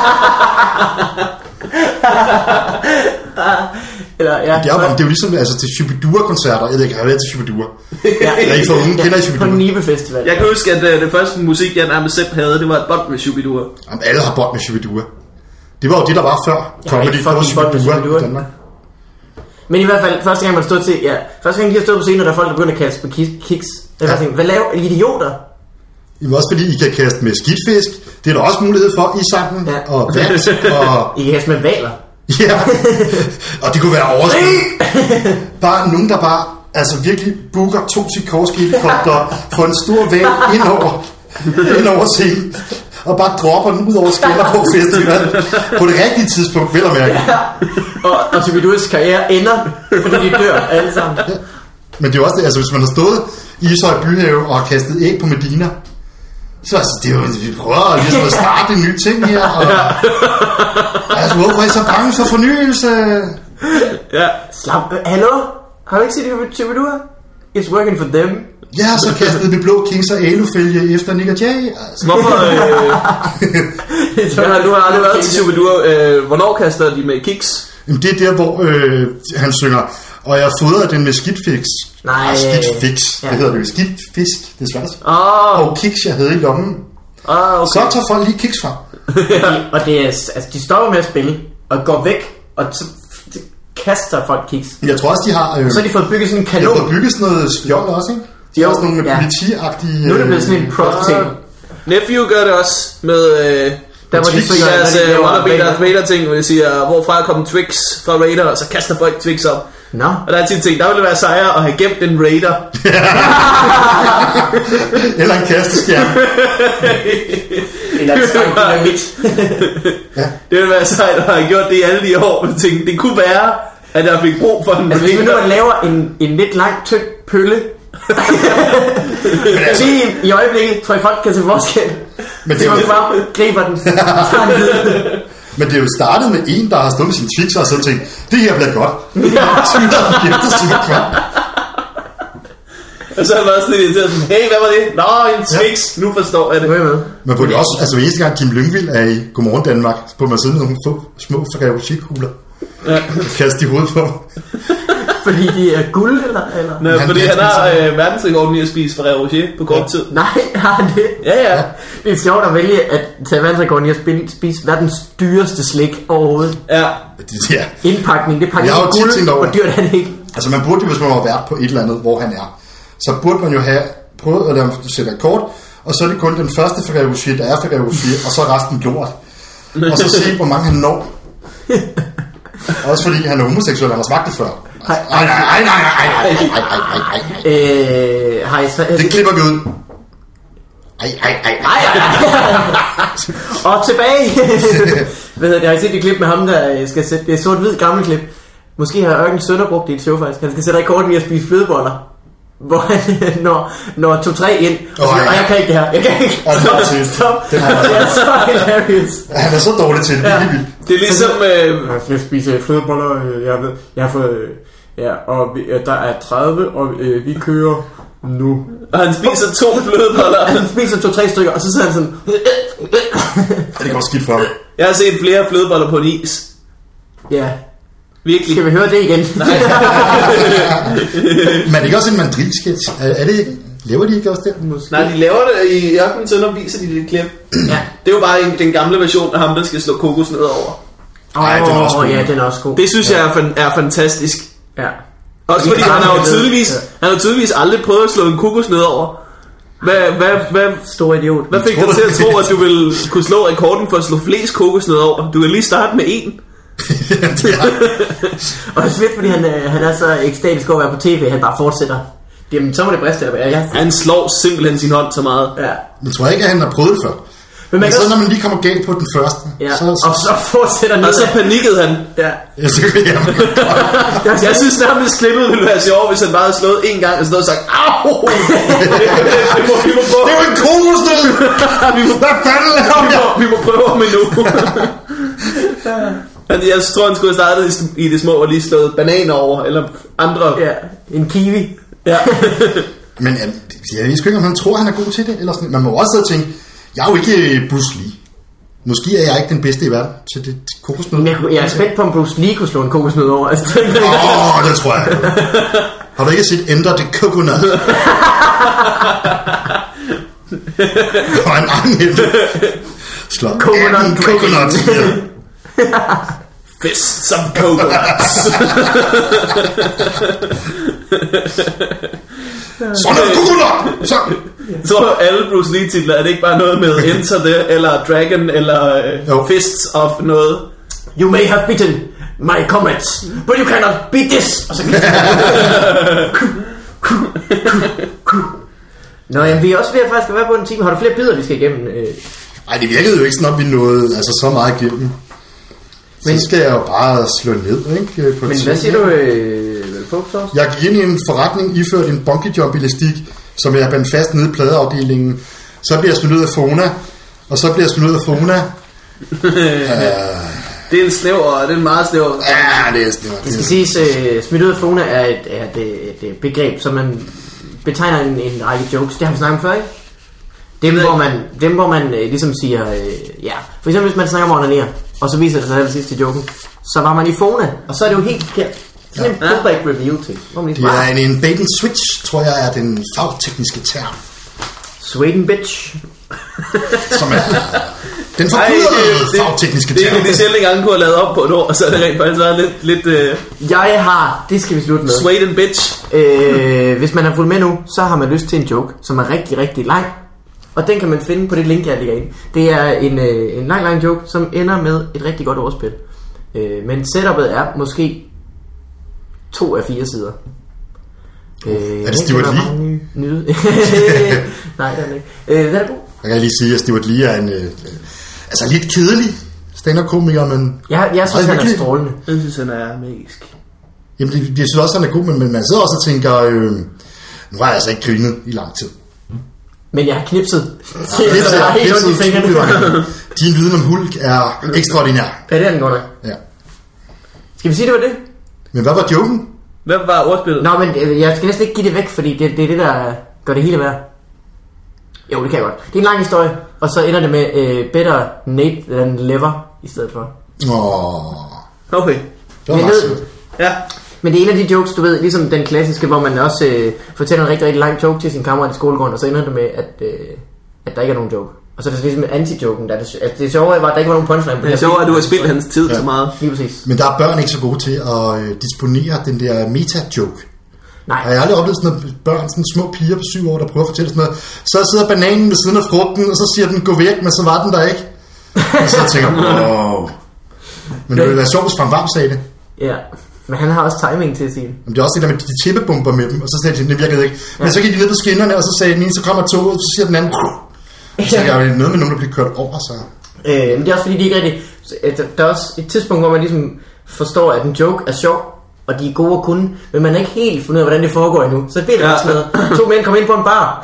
Speaker 1: Eller, ja,
Speaker 3: Det er, jo, det er jo ligesom altså, til Shubidua-koncerter. Jeg ved ikke, har jeg været til Shubidua?
Speaker 1: ja,
Speaker 3: Er I for unge? Kender I
Speaker 1: på
Speaker 3: Shubidua?
Speaker 1: Nibe Festival.
Speaker 2: Jeg kan huske, at uh, det første musik, jeg nærmest selv havde, det var et bånd med Shubidua.
Speaker 3: Jamen, alle har bånd med Shubidua. Det var jo det, der var før.
Speaker 1: Jeg har
Speaker 3: Comedy,
Speaker 1: ikke
Speaker 3: der var
Speaker 1: fucking bånd med
Speaker 3: Shubidua
Speaker 1: Shubidua.
Speaker 3: i Danmark.
Speaker 1: Men i hvert fald, første gang man stod til, ja, første gang de har stået på scenen, og der er folk, der begynder at kaste på ki- kiks. Jeg
Speaker 3: Ja.
Speaker 1: ja. tænkte, hvad laver I idioter?
Speaker 3: Jamen også fordi I kan kaste med skidtfisk. Det er der også mulighed for i sangen.
Speaker 1: Ja.
Speaker 3: Og vand. Og,
Speaker 1: I kan kaste med valer.
Speaker 3: ja. Og det kunne være overskud. Bare nogen, der bare altså virkelig booker to Sikorsky-helikopter for en stor val ind over, ind over scenen. Og bare dropper den ud over skælder på festival. På det rigtige tidspunkt, vel at mærke.
Speaker 1: Ja. Og, og Shubiduas karriere ender, fordi de dør alle sammen.
Speaker 3: Men det er jo også det, altså hvis man har stået i Ishøj Byhave og har kastet æg på Medina, Så altså, det er jo, vi prøver ligesom at starte en ny ting her. Og, altså, hvorfor er I så bange for fornyelse?
Speaker 2: Ja.
Speaker 1: Slap, hallo? Har du ikke set Chibidua? It's working for them.
Speaker 3: Ja, så kastede vi blå kings og alufælge efter Nick og Jay. Altså.
Speaker 2: Hvorfor? Øh, jeg har, nu har jeg aldrig været til Chibidua. Øh, hvornår kaster de med kiks?
Speaker 3: Jamen, det er der, hvor øh, han synger, og jeg fodrede den med skidtfix.
Speaker 1: Nej.
Speaker 3: Ah, skidtfix,
Speaker 1: Ja.
Speaker 3: det hedder det jo. Skidtfisk, det er svært.
Speaker 2: Åh,
Speaker 3: Og kiks, jeg havde i lommen.
Speaker 2: oh, okay.
Speaker 3: Så tager folk lige kiks fra.
Speaker 1: Ja. Og det er, altså, de stopper med at spille, og går væk, og så kaster folk kiks.
Speaker 3: Jeg tror også, de har... Øh,
Speaker 1: Så har de fået bygget sådan en
Speaker 3: de har
Speaker 1: kanon.
Speaker 3: fået bygget sådan noget skjold også, ikke? De har også nogle med
Speaker 1: Ja.
Speaker 3: politiagtige...
Speaker 1: Nu er det blevet sådan en prop-ting.
Speaker 2: Nephew gør det også med øh,
Speaker 1: Der hvor de
Speaker 3: Twix,
Speaker 1: synger,
Speaker 2: deres
Speaker 1: når de
Speaker 2: øh,
Speaker 1: laver
Speaker 2: wannabe
Speaker 1: Vader.
Speaker 2: Darth Vader ting, hvor de siger, hvorfra kom Twix fra Raider, og så kaster folk Twix op.
Speaker 1: Nå.
Speaker 2: Og der er tit ting, der ville det være sejre at have gemt en Raider.
Speaker 3: Eller en kasteskærm.
Speaker 1: Eller en stang dynamit.
Speaker 2: Det ville være sejt at have gjort det i alle de år, men tænkte, det kunne være, at jeg fik brug for en
Speaker 1: Altså hvis vi nu
Speaker 2: Raider.
Speaker 1: laver en, en lidt lang, tynd pølle, lige i, i øjeblikket, tror jeg folk kan se forskel.
Speaker 3: Men det
Speaker 1: Det
Speaker 3: er
Speaker 1: var
Speaker 3: jo-
Speaker 1: frem, griber den, tager den videre.
Speaker 3: Men det er jo startet med en, der har stået med sin Twix og så tænkt, det her bliver godt. Tyder efter sin kvart.
Speaker 2: Og så har jeg været sådan lidt irriteret, sådan, hey, hvad var det? Nå, en Twix, nu forstår jeg det.
Speaker 1: Nu er jeg med.
Speaker 3: Man burde jo også, altså hver eneste gang Kim Lyngvild er i Godmorgen Danmark, burde man sidde med nogle få, små Ferrero-Rocher-kugler.
Speaker 2: Ja.
Speaker 3: Kaste i hovedet på.
Speaker 1: Fordi de er guld, eller? eller?
Speaker 2: Nå,
Speaker 3: Han
Speaker 2: fordi
Speaker 3: kan
Speaker 2: han har
Speaker 3: spise-
Speaker 2: øh, verdensrekorden i at spise Ferrero Rocher på kort tid.
Speaker 1: Nej, har han det?
Speaker 2: Ja, ja.
Speaker 1: Det er sjovt at vælge at tage verdensrekorden i at spise, spise verdens dyreste slik overhovedet.
Speaker 2: Ja.
Speaker 3: Det, ja.
Speaker 1: Indpakning, det pakker
Speaker 3: Jeg har jo
Speaker 1: i
Speaker 3: tit
Speaker 1: guld,
Speaker 3: tænkt over-
Speaker 1: hvor dyrt er det ikke?
Speaker 3: Altså man burde jo, hvis man var vært på et eller andet, hvor han er, så burde man jo have prøvet at lave, sætte et kort, og så er det kun den første Ferrero Rocher, der er Ferrero Rocher, og så er resten lort. Og så se, hvor mange han når. Også fordi han er homoseksuel, han har smagt det før.
Speaker 1: Hej.
Speaker 3: Nej, nej, nej, nej, nej, nej, nej, nej, nej, nej.
Speaker 1: Øh, har I så...
Speaker 3: Det klipper vi ud. Ej, ej, ej, ej.
Speaker 1: Og tilbage! Hvad hedder det? Har I set det klip med ham, der skal sætte... Det er sort-hvid gammel klip. Måske har Ørken Sønder brugt det i et show faktisk. Han skal sætte rekorden i at spise flødeboller. Hvor han når, når to-tre ind og
Speaker 3: Åh,
Speaker 1: siger,
Speaker 3: ja.
Speaker 1: jeg kan ikke det her, jeg kan ikke.
Speaker 3: Og det er
Speaker 1: Stop,
Speaker 3: seriøst.
Speaker 1: stop.
Speaker 3: Den
Speaker 1: Det
Speaker 3: er-
Speaker 1: er så hilarious.
Speaker 3: Han er så dårlig til det, det er helt vildt.
Speaker 2: Det er ligesom... Øh,
Speaker 1: Jeg skal spise flødeboller, jeg, ved, jeg har fået... Ja, og vi, der er tredive, og øh, vi kører nu.
Speaker 2: og han spiser to flødeboller.
Speaker 1: Han spiser to-tre stykker, og så sidder han sådan...
Speaker 3: Ja, det går skidt for ham.
Speaker 2: Jeg har set flere flødeboller på en is.
Speaker 1: Ja,
Speaker 2: Virkelig.
Speaker 1: skal vi høre det igen?
Speaker 3: Men er det ikke også en mandrilsketch? Er, er det ikke? Lever de ikke også der?
Speaker 2: Nej, de laver det i Ørken Sønder, viser de det klip.
Speaker 1: Ja.
Speaker 2: Det er jo bare en, den gamle version af ham, der skal slå kokos ned over.
Speaker 3: Ej, den er også
Speaker 1: Åh,
Speaker 3: god.
Speaker 1: ja, den er også god.
Speaker 2: Det synes ja. jeg er, fan, er fantastisk.
Speaker 1: Ja.
Speaker 2: Også
Speaker 1: Vi
Speaker 2: fordi
Speaker 1: kan
Speaker 2: han har jo
Speaker 1: det.
Speaker 2: tydeligvis,
Speaker 1: Ja.
Speaker 2: han har tydeligvis aldrig prøvet at slå en kokos ned over. Hvad, hvad, hvad,
Speaker 1: Stor idiot.
Speaker 2: hvad fik dig til at tro, at du ville kunne slå rekorden for at slå flest kokos ned over? Du kan lige starte med en.
Speaker 3: Det er,
Speaker 1: Og det er fedt, fordi han, øh, han er så ekstatisk over at være på tv, han bare fortsætter. Jamen, så må det briste eller hvad? Jeg,
Speaker 2: Han slår simpelthen sin hånd så meget.
Speaker 1: ja.
Speaker 3: jeg tror ikke, at han har prøvet det før.
Speaker 1: Men man
Speaker 3: Men
Speaker 1: kan
Speaker 3: så
Speaker 1: også,
Speaker 3: når man lige kommer galt på den første,
Speaker 1: ja.
Speaker 3: så,
Speaker 1: Og
Speaker 3: så,
Speaker 1: så fortsætter han
Speaker 2: Og så
Speaker 1: nedad.
Speaker 2: panikkede han.
Speaker 1: Ja.
Speaker 3: ja, så ja, man kan godt.
Speaker 2: Jeg synes nærmest klippet ville være sjovt, hvis han bare havde slået en gang og sådan noget og sagt, au! Vi må, vi må prøve,
Speaker 3: Det er jo en kokosnød!
Speaker 2: vi må,
Speaker 3: Hvad fanden laver
Speaker 2: vi
Speaker 3: jeg?
Speaker 2: må, vi må prøve om endnu. Han- Jeg tror, han skulle have startet i- i det små og lige slået bananer over, eller andre.
Speaker 1: Ja, en kiwi.
Speaker 2: Ja.
Speaker 3: Men ja, jeg ved sgu ikke, om han tror, han er god til det. Eller sådan. Man må også sidde og tænke, jeg er jo ikke Bruce Lee. Måske er jeg ikke den bedste i verden til det kokosnød.
Speaker 1: Men jeg, jeg er spændt på, om Bruce Lee kunne slå en kokosnød over. Altså,
Speaker 3: Åh, oh, det tror jeg. Har du ikke set Enter the Coconut? Og en anden slå
Speaker 1: Coconut
Speaker 3: atten
Speaker 1: drinking.
Speaker 3: coconut.
Speaker 2: Fists of coconuts.
Speaker 3: Sådan er coconut! Så.
Speaker 2: Så alle Bruce Lee titler, er det ikke bare noget med Enter the, eller Dragon, eller
Speaker 3: Jo.
Speaker 2: uh, Fists of noget?
Speaker 1: You may have beaten my comrades, but you cannot beat this. Og så Nå, jamen, vi er også ved at faktisk være på en time. Har du flere bidder, vi skal igennem? Øh,
Speaker 3: Ej, det virkede jo ikke sådan, at vi nåede altså, så meget igennem. Så
Speaker 1: Men-
Speaker 3: skal jeg jo bare slå ned, ikke? På
Speaker 1: Men
Speaker 3: tid.
Speaker 1: hvad siger du, øh, på, Claus?
Speaker 3: Jeg gik ind i en forretning, iført en bungee jump elastik, som jeg bandt fast nede i pladeafdelingen. Så bliver jeg smidt ud af Fona, og så bliver jeg smidt ud af Fona. uh,
Speaker 2: det er en snæver, det er en meget snæver.
Speaker 3: Ja, det er snæver.
Speaker 1: Det skal siges, uh, smidt ud af Fona er et, er et, et, et begreb, som man betegner en, en række jokes. Det har vi snakket om før, ikke? Dem, hvor man, dem, hvor man uh, ligesom siger, uh, ja, for eksempel hvis man snakker om at onanere, og så viser det sig selv sidst til joken, så var man i Fona, og så er det jo helt forkert. Sådan en pullback reveal til.
Speaker 3: Det er en, en bait and switch, tror jeg, er den fagtekniske term.
Speaker 1: Sweden bitch.
Speaker 3: Som er den forkudrede fagtekniske term.
Speaker 2: Det er en af de sjældne gange, kunne have lavet op på et år, og så er det rent faktisk været lidt... lidt uh...
Speaker 1: Jeg har, det skal vi slutte med.
Speaker 2: Sweden bitch.
Speaker 1: øh, Hvis man har fulgt med nu, så har man lyst til en joke, som er rigtig, rigtig lang. Og den kan man finde på det link, jeg lægger ind. Det er en, øh, en lang, lang joke, som ender med et rigtig godt overspil. øh, Men setupet er måske to af fire sider. øh,
Speaker 3: Er det Stuart Lee?
Speaker 1: Nyde. Nej, det er det ikke. øh, Det er god.
Speaker 3: Jeg kan lige sige, at Stuart Lee er en øh, altså lidt kedelig stand-up-komiker, men
Speaker 1: Jeg, jeg synes, han er strålende.
Speaker 2: Jeg synes, han er magisk.
Speaker 3: Jamen, jeg synes også, han er god, men, men man sidder også og tænker, øh, nu har jeg altså ikke grinet i lang tid.
Speaker 1: Men jeg har knipset.
Speaker 3: Ja, jeg har helt ondt i fingrene. Din viden om Hulk er ekstraordinær.
Speaker 1: Ja, det er den godt nok.
Speaker 3: Ja.
Speaker 1: Skal vi sige, det var det?
Speaker 3: Men hvad var joken?
Speaker 2: Hvad var ordspillet?
Speaker 1: Nå, men øh, jeg skal næsten ikke give det væk, fordi det, det er det, der gør det hele værd. Jo, det kan jeg godt. Det er en lang historie, og så ender det med øh, better Nate than lever i stedet for.
Speaker 3: Åh.
Speaker 2: Okay.
Speaker 3: Det var meget sødt.
Speaker 2: Ja.
Speaker 1: Men det er en af de jokes, du ved, ligesom den klassiske, hvor man også øh, fortæller en rigtig, rigtig lang joke til sin kammerat i skolegården, og så ender det med, at, øh, at der ikke er nogen joke. Og så er det ligesom anti-joken, der er det, altså, det sjove var, at der ikke var nogen punchline.
Speaker 2: Det er sjovt, at du har spildt hans tid ja. så meget.
Speaker 1: Lige præcis.
Speaker 3: Men der er børn ikke så gode til at øh, disponere den der meta-joke.
Speaker 1: Nej.
Speaker 3: Og jeg har aldrig oplevet sådan noget børn, sådan små piger på syv år, der prøver at fortælle sådan noget. Så sidder bananen ved siden af frugten, og så siger den, gå væk, men så var den der ikke. Og så tænker jeg, wow. Men det ville være sjovt, hvis Frank Hvam sagde det. Ja.
Speaker 1: Men han har også timing til at sige det.
Speaker 3: Men det er også det der med, de tippebomber med dem, og så sagde de, det virkede ikke. Men ja. Så gik de ned på skinnerne, og så sagde den ene, så kommer toget, så siger den anden, så tænker jeg, noget med nogen, der bliver kørt over sig.
Speaker 1: Øh, men det er også fordi, de ikke rigtig... Der er også et tidspunkt, hvor man ligesom forstår, at en joke er sjov, og de er gode at kunne, men man er ikke helt fundet ud af, hvordan det foregår endnu. Så bliver det ja. også noget. To mænd kommer ind på en bar.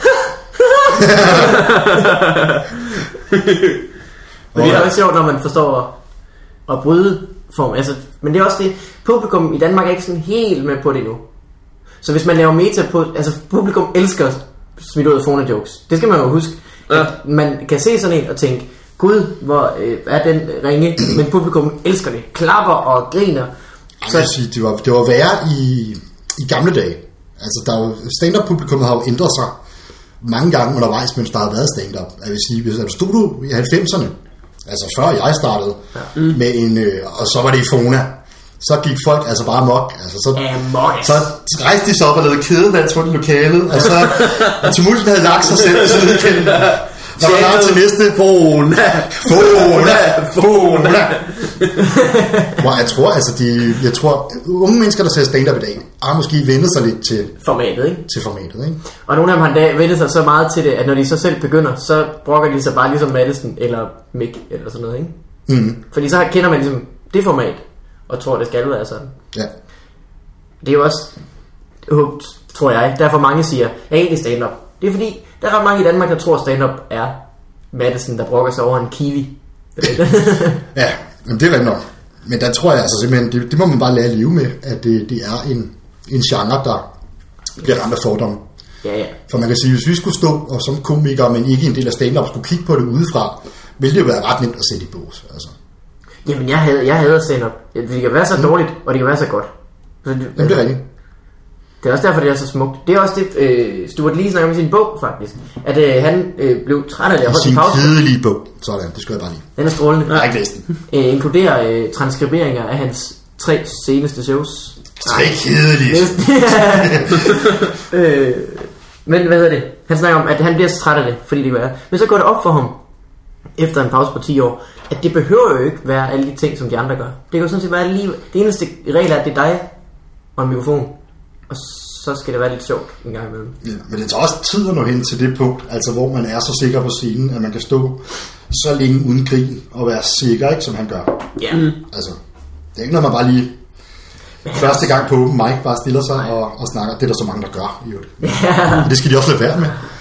Speaker 1: Men det er også sjovt, når man forstår at, at bryde form. Altså, men det er også det, publikum i Danmark er ikke sådan helt med på det nu. Så hvis man laver meta på, altså publikum elsker smidt ud af Fona jokes. Det skal man jo huske. Ja. At man kan se sådan en og tænke, gud, hvor øh, er den ringe, men publikum elsker det. Klapper og griner.
Speaker 3: Så jeg sige, det var det var værre i i gamle dage. Altså der var, stand-up publikummet har jo ændret sig mange gange undervejs, mens der har været stand-up. Jeg vil sige, hvis du stod du i halvfemserne, altså før jeg startede, ja. mm. med en, øh, og så var det i Fona, så gik folk altså bare mok. Altså, så, så rejste de sig op og lavede kædedans rundt i lokalet, og så og tumulten havde lagt sig selv, og så nedkendte der var klar til næste Fona, Fona, Fona. Hvor jeg tror, altså de, jeg tror, unge mennesker, der ser stand-up i dag, har måske vendt sig lidt til
Speaker 1: formatet, ikke?
Speaker 3: Til formatet, ikke?
Speaker 1: Og nogle af dem har vendt sig så meget til det, at når de så selv begynder, så brokker de sig bare ligesom Madison eller Mick eller sådan noget, ikke? Mm. Fordi så kender man ligesom det format, og tror, det skal være sådan.
Speaker 3: Ja.
Speaker 1: Det er jo også, tror jeg, derfor mange siger, jeg er egentlig stand-up. Det er fordi, der er ret mange i Danmark, der tror, stand-up er Madison, der brokker sig over en kiwi.
Speaker 3: Ja, men det er rigtigt nok. Men der tror jeg altså simpelthen, det, det må man bare lære at leve med, at det, det er en, en genre, der bliver ramt af fordomme.
Speaker 1: Ja, ja.
Speaker 3: For man kan sige, hvis vi skulle stå og som komikere, men ikke en del af stand-up, skulle kigge på det udefra, ville det jo være ret nemt at sætte i bås. Altså.
Speaker 1: Jamen, jeg havde, jeg havde stand-up. Det kan være så dårligt, og det kan være så godt. Så det,
Speaker 3: Jamen, det er rigtigt.
Speaker 1: Det er også derfor, det er så smukt. Det er også det, øh, Stuart Lee snakker om i sin bog, faktisk. At øh, han øh, blev træt af det.
Speaker 3: I sin kedelige bog. Sådan, det skal jeg bare lige.
Speaker 1: Den er strålende.
Speaker 3: Nej, ikke læst den.
Speaker 1: Øh, inkluderer øh, transkriberinger af hans tre seneste shows.
Speaker 3: Tre kedelige.
Speaker 1: øh, men hvad hedder det? Han snakker om, at han bliver så træt af det, fordi det er. Men så går det op for ham, efter en pause på ti år, at det behøver jo ikke være alle de ting, som de andre gør. Det kan jo sådan set være lige... Det eneste regel er, at det er dig og en mikrofon. Og så skal det være lidt sjovt en gang imellem.
Speaker 3: Ja, men det tager også tid at nå hen til det punkt, altså hvor man er så sikker på scenen, at man kan stå så længe uden grin og være sikker, ikke, som han gør.
Speaker 1: Ja. Mm.
Speaker 3: Altså, det er ikke noget, man bare lige men første gang på open mic bare stiller sig og, og snakker. Det er der så mange, der gør. Jo.
Speaker 1: Ja.
Speaker 3: Det skal de også lade være med.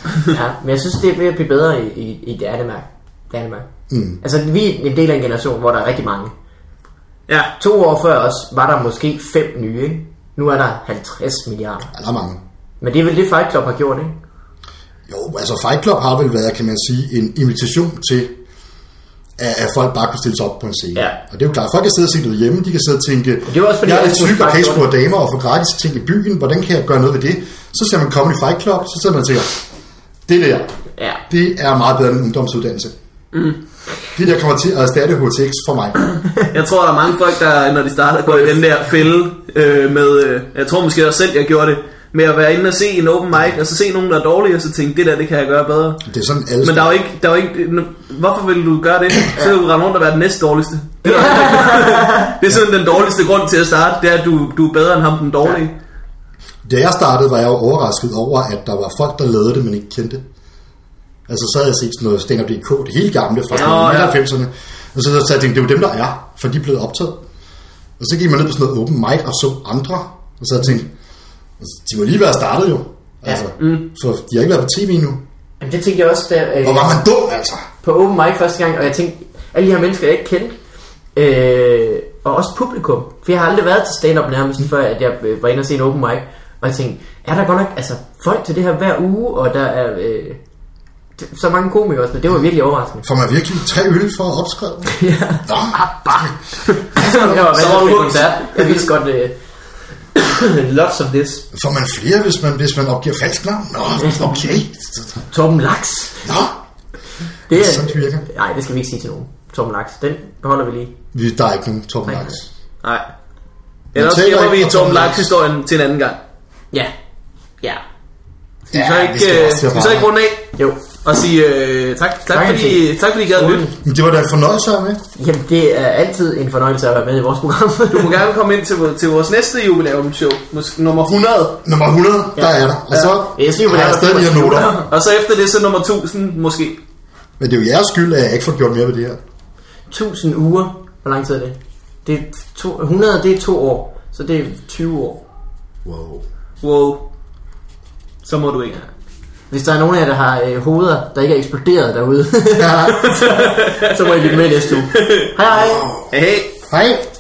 Speaker 1: Ja, men jeg synes, det er ved at blive bedre i, i, i Danmark. Danmark.
Speaker 3: Mm.
Speaker 1: Altså, vi er en del af en generation, hvor der er rigtig mange.
Speaker 2: Ja.
Speaker 1: To år før os var der måske fem nye, ikke? Nu er der halvtreds milliarder.
Speaker 3: Ja, der er mange.
Speaker 1: Men det er vel det, Fight Club har gjort, ikke?
Speaker 3: Jo, altså Fight Club har vel været, kan man sige, en invitation til, at, at folk bare kunne stille sig op på en scene.
Speaker 1: Ja.
Speaker 3: Og det er jo klart, folk kan sidde og se det hjemme, de kan sidde og tænke,
Speaker 1: det var også fordi,
Speaker 3: jeg er
Speaker 1: jeg
Speaker 3: lidt
Speaker 1: synes,
Speaker 3: syg og
Speaker 1: Fight
Speaker 3: kan
Speaker 1: Club-
Speaker 3: ikke damer og få gratis ting i byen, hvordan kan jeg gøre noget ved det? Så ser man Comedy Fight Club, så sidder man og tænker, det der,
Speaker 1: Ja.
Speaker 3: det er meget bedre end en ungdomsuddannelse. Mm. Det der kommer til at erstatte H T X for mig.
Speaker 2: Jeg tror, der er mange folk, der når de starter, går i den der fælde øh, med, øh, jeg tror måske også selv, jeg gjorde det, med at være inde og se en open mic, og så se nogen, der er dårlige, og så tænke, det der, det kan jeg gøre bedre.
Speaker 3: Det er sådan alle.
Speaker 2: Men der er jo ikke, der er jo ikke, hvorfor vil du gøre det? Så vil du rende rundt og være den næste dårligste. Det er, det er sådan den dårligste grund til at starte, det er, at du, du er bedre end ham, den dårlige.
Speaker 3: Da jeg startede, var jeg jo overrasket over, at der var folk, der lavede det, men ikke kendte. Altså så havde jeg set sådan noget stand-up punktum d k, det hele gamle fra
Speaker 2: Ja, ja.
Speaker 3: halvfemserne. Og så, så jeg tænkte, det er jo dem, der er, for de er blevet optaget. Og så gik man ned på sådan noget open mic og så andre. Og så jeg tænkte, de må lige være startet jo. Altså,
Speaker 1: Ja. Mm.
Speaker 3: for de har ikke været på tv endnu.
Speaker 1: Jamen, det tænkte jeg også, da, øh,
Speaker 3: Hvor var man dum, altså.
Speaker 1: på open mic første gang, og jeg tænkte, alle de her mennesker, jeg ikke kendte, øh, og også publikum, for jeg har aldrig været til stand-up nærmest, mm. før at jeg øh, var inde og se en open mic, og jeg tænkte, er der godt nok altså, folk til det her hver uge, og der er øh, så mange komikere også, men det var virkelig overraskende.
Speaker 3: Får man virkelig tre øl for at opskrive?
Speaker 1: Ja.
Speaker 3: Nå,
Speaker 1: Bare. Jeg var
Speaker 2: Så var du
Speaker 1: vant til
Speaker 2: hooked.
Speaker 1: koncert. Jeg vidste godt, øh, lots of this.
Speaker 3: får man flere, hvis man, hvis man opgiver falsk navn? Nå, okay.
Speaker 1: Torben Laks.
Speaker 3: Nå,
Speaker 1: Det er,
Speaker 3: sådan det virker.
Speaker 1: nej, det skal vi ikke sige til nogen. Torben Laks, den beholder vi lige.
Speaker 3: Vi, der er ikke nogen Torben
Speaker 1: Nej.
Speaker 3: Laks.
Speaker 2: Nej. Ellers
Speaker 3: taler
Speaker 2: gemmer
Speaker 3: ikke
Speaker 2: vi
Speaker 3: om
Speaker 2: Torben
Speaker 3: Torben
Speaker 2: Laks historien til en anden gang.
Speaker 1: Ja. Ja.
Speaker 2: Skal vi så
Speaker 3: vi skal
Speaker 2: ikke,
Speaker 3: også
Speaker 2: øh,
Speaker 3: til at
Speaker 2: skal vi så ikke
Speaker 3: rette.
Speaker 2: runde af
Speaker 1: Jo.
Speaker 2: og sige øh, tak, tak,
Speaker 1: Tak,
Speaker 2: fordi,
Speaker 1: Antti.
Speaker 2: tak fordi I gad lytte.
Speaker 3: Men det var da en fornøjelse at være med.
Speaker 1: Jamen, det er altid en fornøjelse at være med i vores program.
Speaker 2: Du må gerne komme ind til, til vores næste jubilæumsshow, mås- nummer hundrede.
Speaker 3: Nummer hundrede, der er der. Og så
Speaker 1: Jeg siger,
Speaker 3: har jeg stadig de her noter.
Speaker 2: Og så efter det så nummer tusind måske.
Speaker 3: Men det er jo jeres skyld, at jeg ikke får gjort mere ved det her.
Speaker 1: tusind uger. Hvor lang tid er det? Det er to, hundrede, det er to år. Så det er tyve år.
Speaker 3: Wow.
Speaker 2: Wow. Så må du ikke.
Speaker 1: Hvis der er nogen af jer, der har øh, hoveder, der ikke er eksploderet derude, så må I lytte med næste uge. Hej hej.
Speaker 2: Hey, hey.
Speaker 3: Hej.